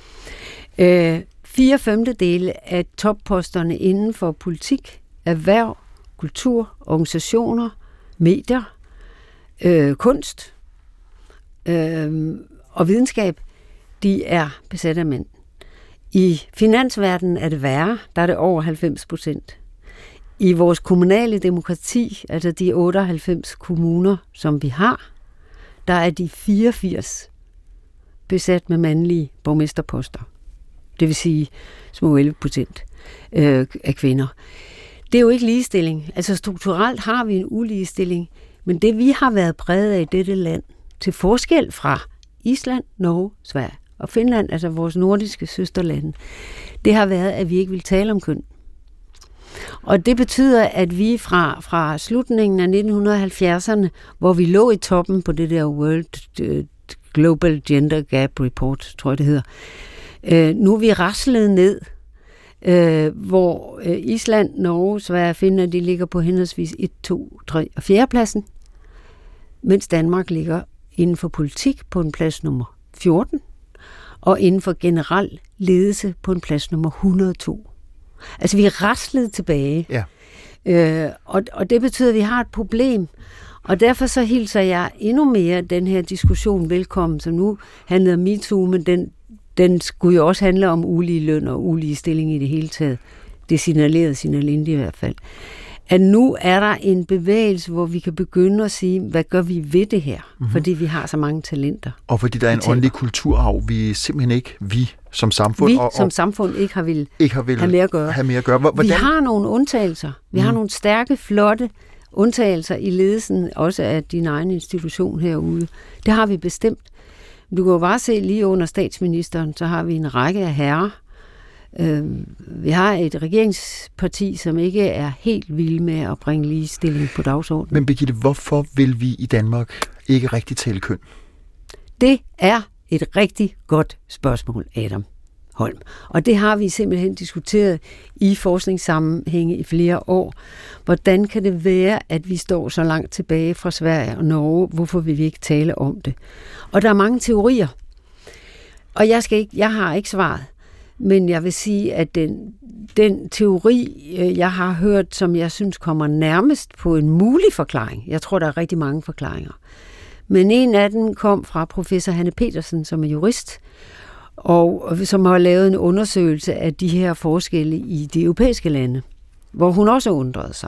ikke? 4/5 af topposterne inden for politik, erhverv, kultur, organisationer, medier, kunst og videnskab, de er besat af mænd. I finansverdenen er det værre, der er det over 90%. I vores kommunale demokrati, altså de 98 kommuner, som vi har, der er de 84 besat med mandlige borgmesterposter. Det vil sige små 11% af kvinder. Det er jo ikke ligestilling. Altså strukturelt har vi en uligestilling, men det vi har været præget af i dette land, til forskel fra Island, Norge, Sverige og Finland, altså vores nordiske søsterlande, det har været, at vi ikke vil tale om køn. Og det betyder, at vi fra slutningen af 1970'erne, hvor vi lå i toppen på det der World Global Gender Gap Report, tror jeg det hedder, nu er vi raslet ned, hvor Island, Norge, Sverige og Finland, de ligger på henholdsvis 1, 2, 3 og 4. pladsen, mens Danmark ligger inden for politik på en plads nummer 14, og inden for generel ledelse på en plads nummer 102. Altså, vi er raslet tilbage. Ja. Og det betyder, at vi har et problem. Og derfor så hilser jeg endnu mere den her diskussion velkommen, som nu handler om MeToo, men den skulle jo også handle om ulige løn og ulige stilling i det hele taget. Det signalerede Signalinde i hvert fald. At nu er der en bevægelse, hvor vi kan begynde at sige, hvad gør vi ved det her? Mm-hmm. Fordi vi har så mange talenter. Og fordi der er en åndelig kulturarv, vi simpelthen ikke, som samfund... som samfund ikke har vil have mere at gøre. Hvordan? Vi har nogle undtagelser. Vi har nogle stærke, flotte undtagelser i ledelsen, også af din egen institution herude. Det har vi bestemt. Du kan jo bare se lige under statsministeren, så har vi en række af herrer. Vi har et regeringsparti, som ikke er helt vilde med at bringe ligestilling på dagsordenen. Men Birgitte, hvorfor vil vi i Danmark ikke rigtig tale køn? Det er et rigtig godt spørgsmål, Adam Holm. Og det har vi simpelthen diskuteret i forskningssammenhænge i flere år. Hvordan kan det være, at vi står så langt tilbage fra Sverige og Norge? Hvorfor vil vi ikke tale om det? Og der er mange teorier. Og jeg har ikke svaret. Men jeg vil sige, at den teori, jeg har hørt, som jeg synes kommer nærmest på en mulig forklaring. Jeg tror, der er rigtig mange forklaringer. Men en af dem kom fra professor Hanne Petersen, som er jurist, og som har lavet en undersøgelse af de her forskelle i de europæiske lande, hvor hun også undrede sig.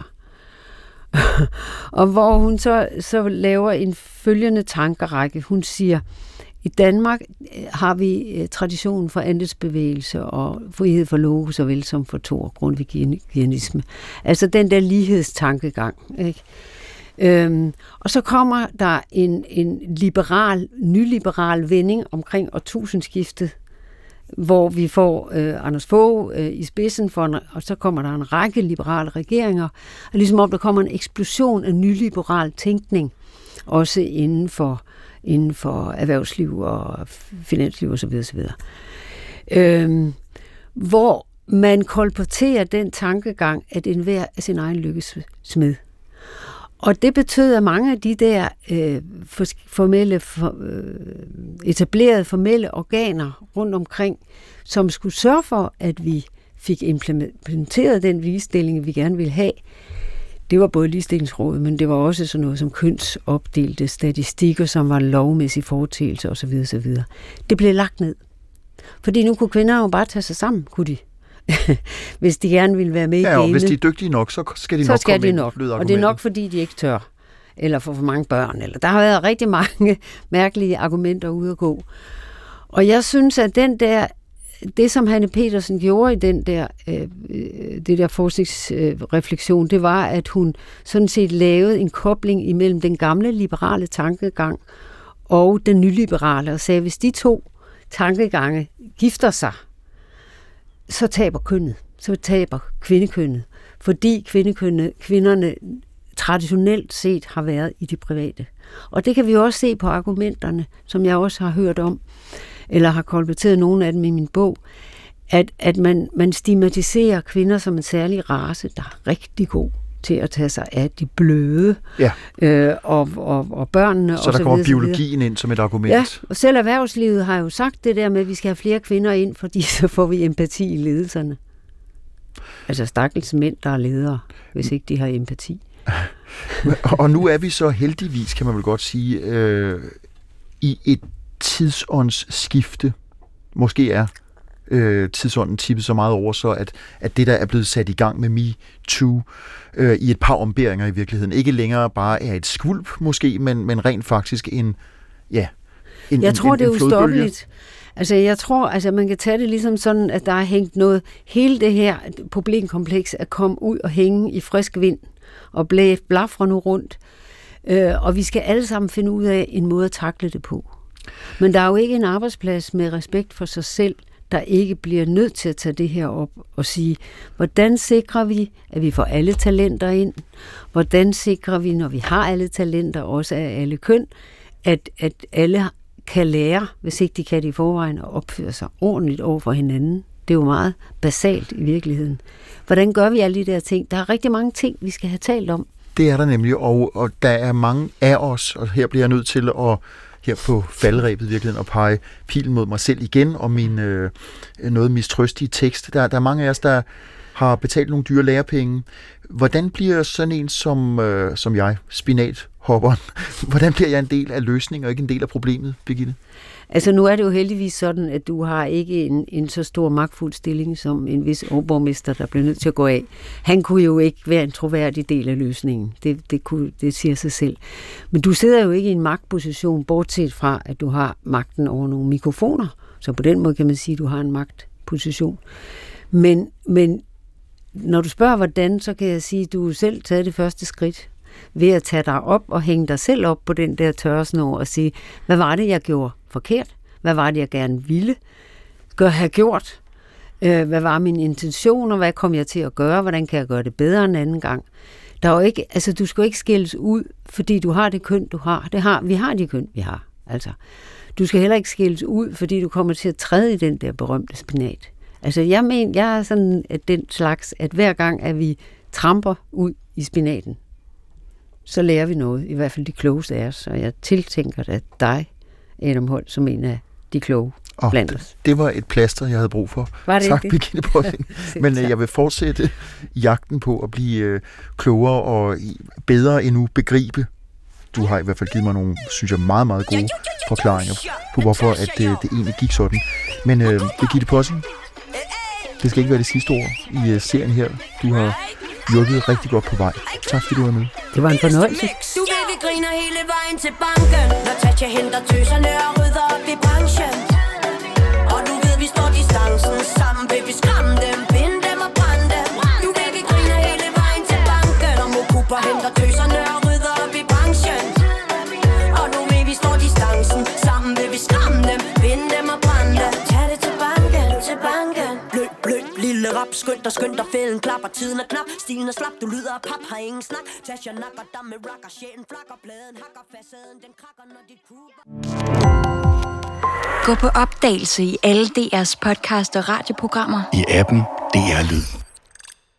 Og hvor hun så laver en følgende tankerække. Hun siger, i Danmark har vi traditionen for andelsbevægelse og frihed for loge, såvel som for Thor, grundtvigianisme. Altså den der lighedstankegang, ikke? Og så kommer der en nyliberal vending omkring årtusindskiftet, hvor vi får Anders Fogh i spidsen for, og så kommer der en række liberale regeringer, og ligesom om der kommer en eksplosion af nyliberal tænkning, også inden for erhvervsliv og finansliv osv. Hvor man kolporterer den tankegang, at enhver er sin egen lykkes smed. Og det betød, at mange af de der etablerede formelle organer rundt omkring, som skulle sørge for, at vi fik implementeret den ligestilling, vi gerne ville have, det var både ligestillingsrådet, men det var også sådan noget som kønsopdelte statistikker, som var lovmæssige foreteelser osv. osv. Det blev lagt ned. Fordi nu kunne kvinder jo bare tage sig sammen, kunne de. Hvis de gerne ville være med i gamet. Ja, og hvis de er dygtige nok, så skal de nok komme ind. Og det er nok, fordi de ikke tør. Eller får for mange børn. Eller der har været rigtig mange mærkelige argumenter ude at gå. Og jeg synes, at det som Hanne Petersen gjorde i det der forskningsrefleksion, det var, at hun sådan set lavede en kobling imellem den gamle liberale tankegang og den nyliberale, og sagde, at hvis de to tankegange gifter sig, så taber kønnet. Så taber kvindekønnet. Fordi kvinderne traditionelt set har været i det private. Og det kan vi også se på argumenterne, som jeg også har hørt om, eller har kolporteret nogle af dem i min bog, at man stigmatiserer kvinder som en særlig race, der er rigtig god til at tage sig af de bløde, og børnene. Så der kommer biologien ind som et argument. Ja, og selv erhvervslivet har jo sagt det der med, at vi skal have flere kvinder ind, fordi så får vi empati i ledelserne. Altså stakkels mænd, der er ledere, hvis ikke de har empati. Og nu er vi så heldigvis, kan man vel godt sige, i et tidsåndsskifte. Måske er tidsånden tippet så meget over, så at det, der er blevet sat i gang med MeToo, i et par ombæringer i virkeligheden, ikke længere bare er et skvulp måske, men rent faktisk en Jeg tror, det er ustoppeligt. Altså, jeg tror, man kan tage det ligesom sådan, at der er hængt noget, hele det her problemkompleks er kommet ud og hænge i frisk vind, og blafre nu rundt. Og vi skal alle sammen finde ud af en måde at takle det på. Men der er jo ikke en arbejdsplads med respekt for sig selv, der ikke bliver nødt til at tage det her op og sige, hvordan sikrer vi, at vi får alle talenter ind? Hvordan sikrer vi, når vi har alle talenter, også af alle køn, at alle kan lære, hvis ikke de kan det i forvejen, at opføre sig ordentligt over for hinanden? Det er jo meget basalt i virkeligheden. Hvordan gør vi alle de der ting? Der er rigtig mange ting, vi skal have talt om. Det er der nemlig, og der er mange af os, og her bliver jeg nødt til at her på faldrebet i virkeligheden, og pege pilen mod mig selv igen, og min noget mistrøstige tekst. Der er mange af os, der har betalt nogle dyre lærepenge. Hvordan bliver sådan en som jeg, spinathopperen, hvordan bliver jeg en del af løsningen, og ikke en del af problemet, Birgitte? Altså nu er det jo heldigvis sådan, at du har ikke en så stor magtfuld stilling som en vis overborgmester, der bliver nødt til at gå af. Han kunne jo ikke være en troværdig del af løsningen. Det siger sig selv. Men du sidder jo ikke i en magtposition, bortset fra, at du har magten over nogle mikrofoner. Så på den måde kan man sige, at du har en magtposition. Men når du spørger hvordan, så kan jeg sige, at du selv taget det første skridt. ved at tage dig op og hænge dig selv op på den der tørresnor og sige, hvad var det, jeg gjorde forkert? Hvad var det, jeg gerne ville have gjort? Hvad var min intention, og hvad kom jeg til at gøre? Hvordan kan jeg gøre det bedre en anden gang? Der er jo ikke, altså, du skal jo ikke skældes ud, fordi du har det køn, du har. Vi har de køn, vi har. Altså, du skal heller ikke skældes ud, fordi du kommer til at træde i den der berømte spinat. Altså, jeg er sådan at den slags, at hver gang, at vi tramper ud i spinaten, så lærer vi noget, i hvert fald de klogeste af os. Og jeg tiltænker da dig, Adam Holst, som en af de kloge blandt os. Det var et plaster, jeg havde brug for. Var det tak, det? Birgitte Possing. Men jeg vil fortsætte jagten på at blive klogere og bedre endnu begribe. Du har i hvert fald givet mig nogle, synes jeg, meget, meget gode forklaringer på, hvorfor at det egentlig gik sådan. Men Birgitte Possing, det skal ikke være det sidste ord i serien her. Du har hjulpet rigtig godt på vej. Tak fordi du var med. Det var en fornøjelse. Du ved, vi griner hele vejen til banken, når Tatja henter tøserne og rydder op i branchen. Og du ved, vi står distancen sammen, baby, skram dem, bind dem og brænd dem. Du ved, vi griner hele vejen til banken, og Mokuba henter tøserne og rydder op i branchen. Og du ved, vi står distancen sammen, baby, skram dem, bind dem og brænd dem. Tag det til banken, til banken. Blød, blød, lille rap, skynd dig, fælden klapper, tiden er knap, stilen er slap, du lyder af pap, har ingen snak. Tasha nakker dig med rocker, sjælen flakker, bladen hakker, facaden, den krakker, når dit crew... Gå på opdagelse i alle DR's podcast og radioprogrammer. I appen DR Lyd.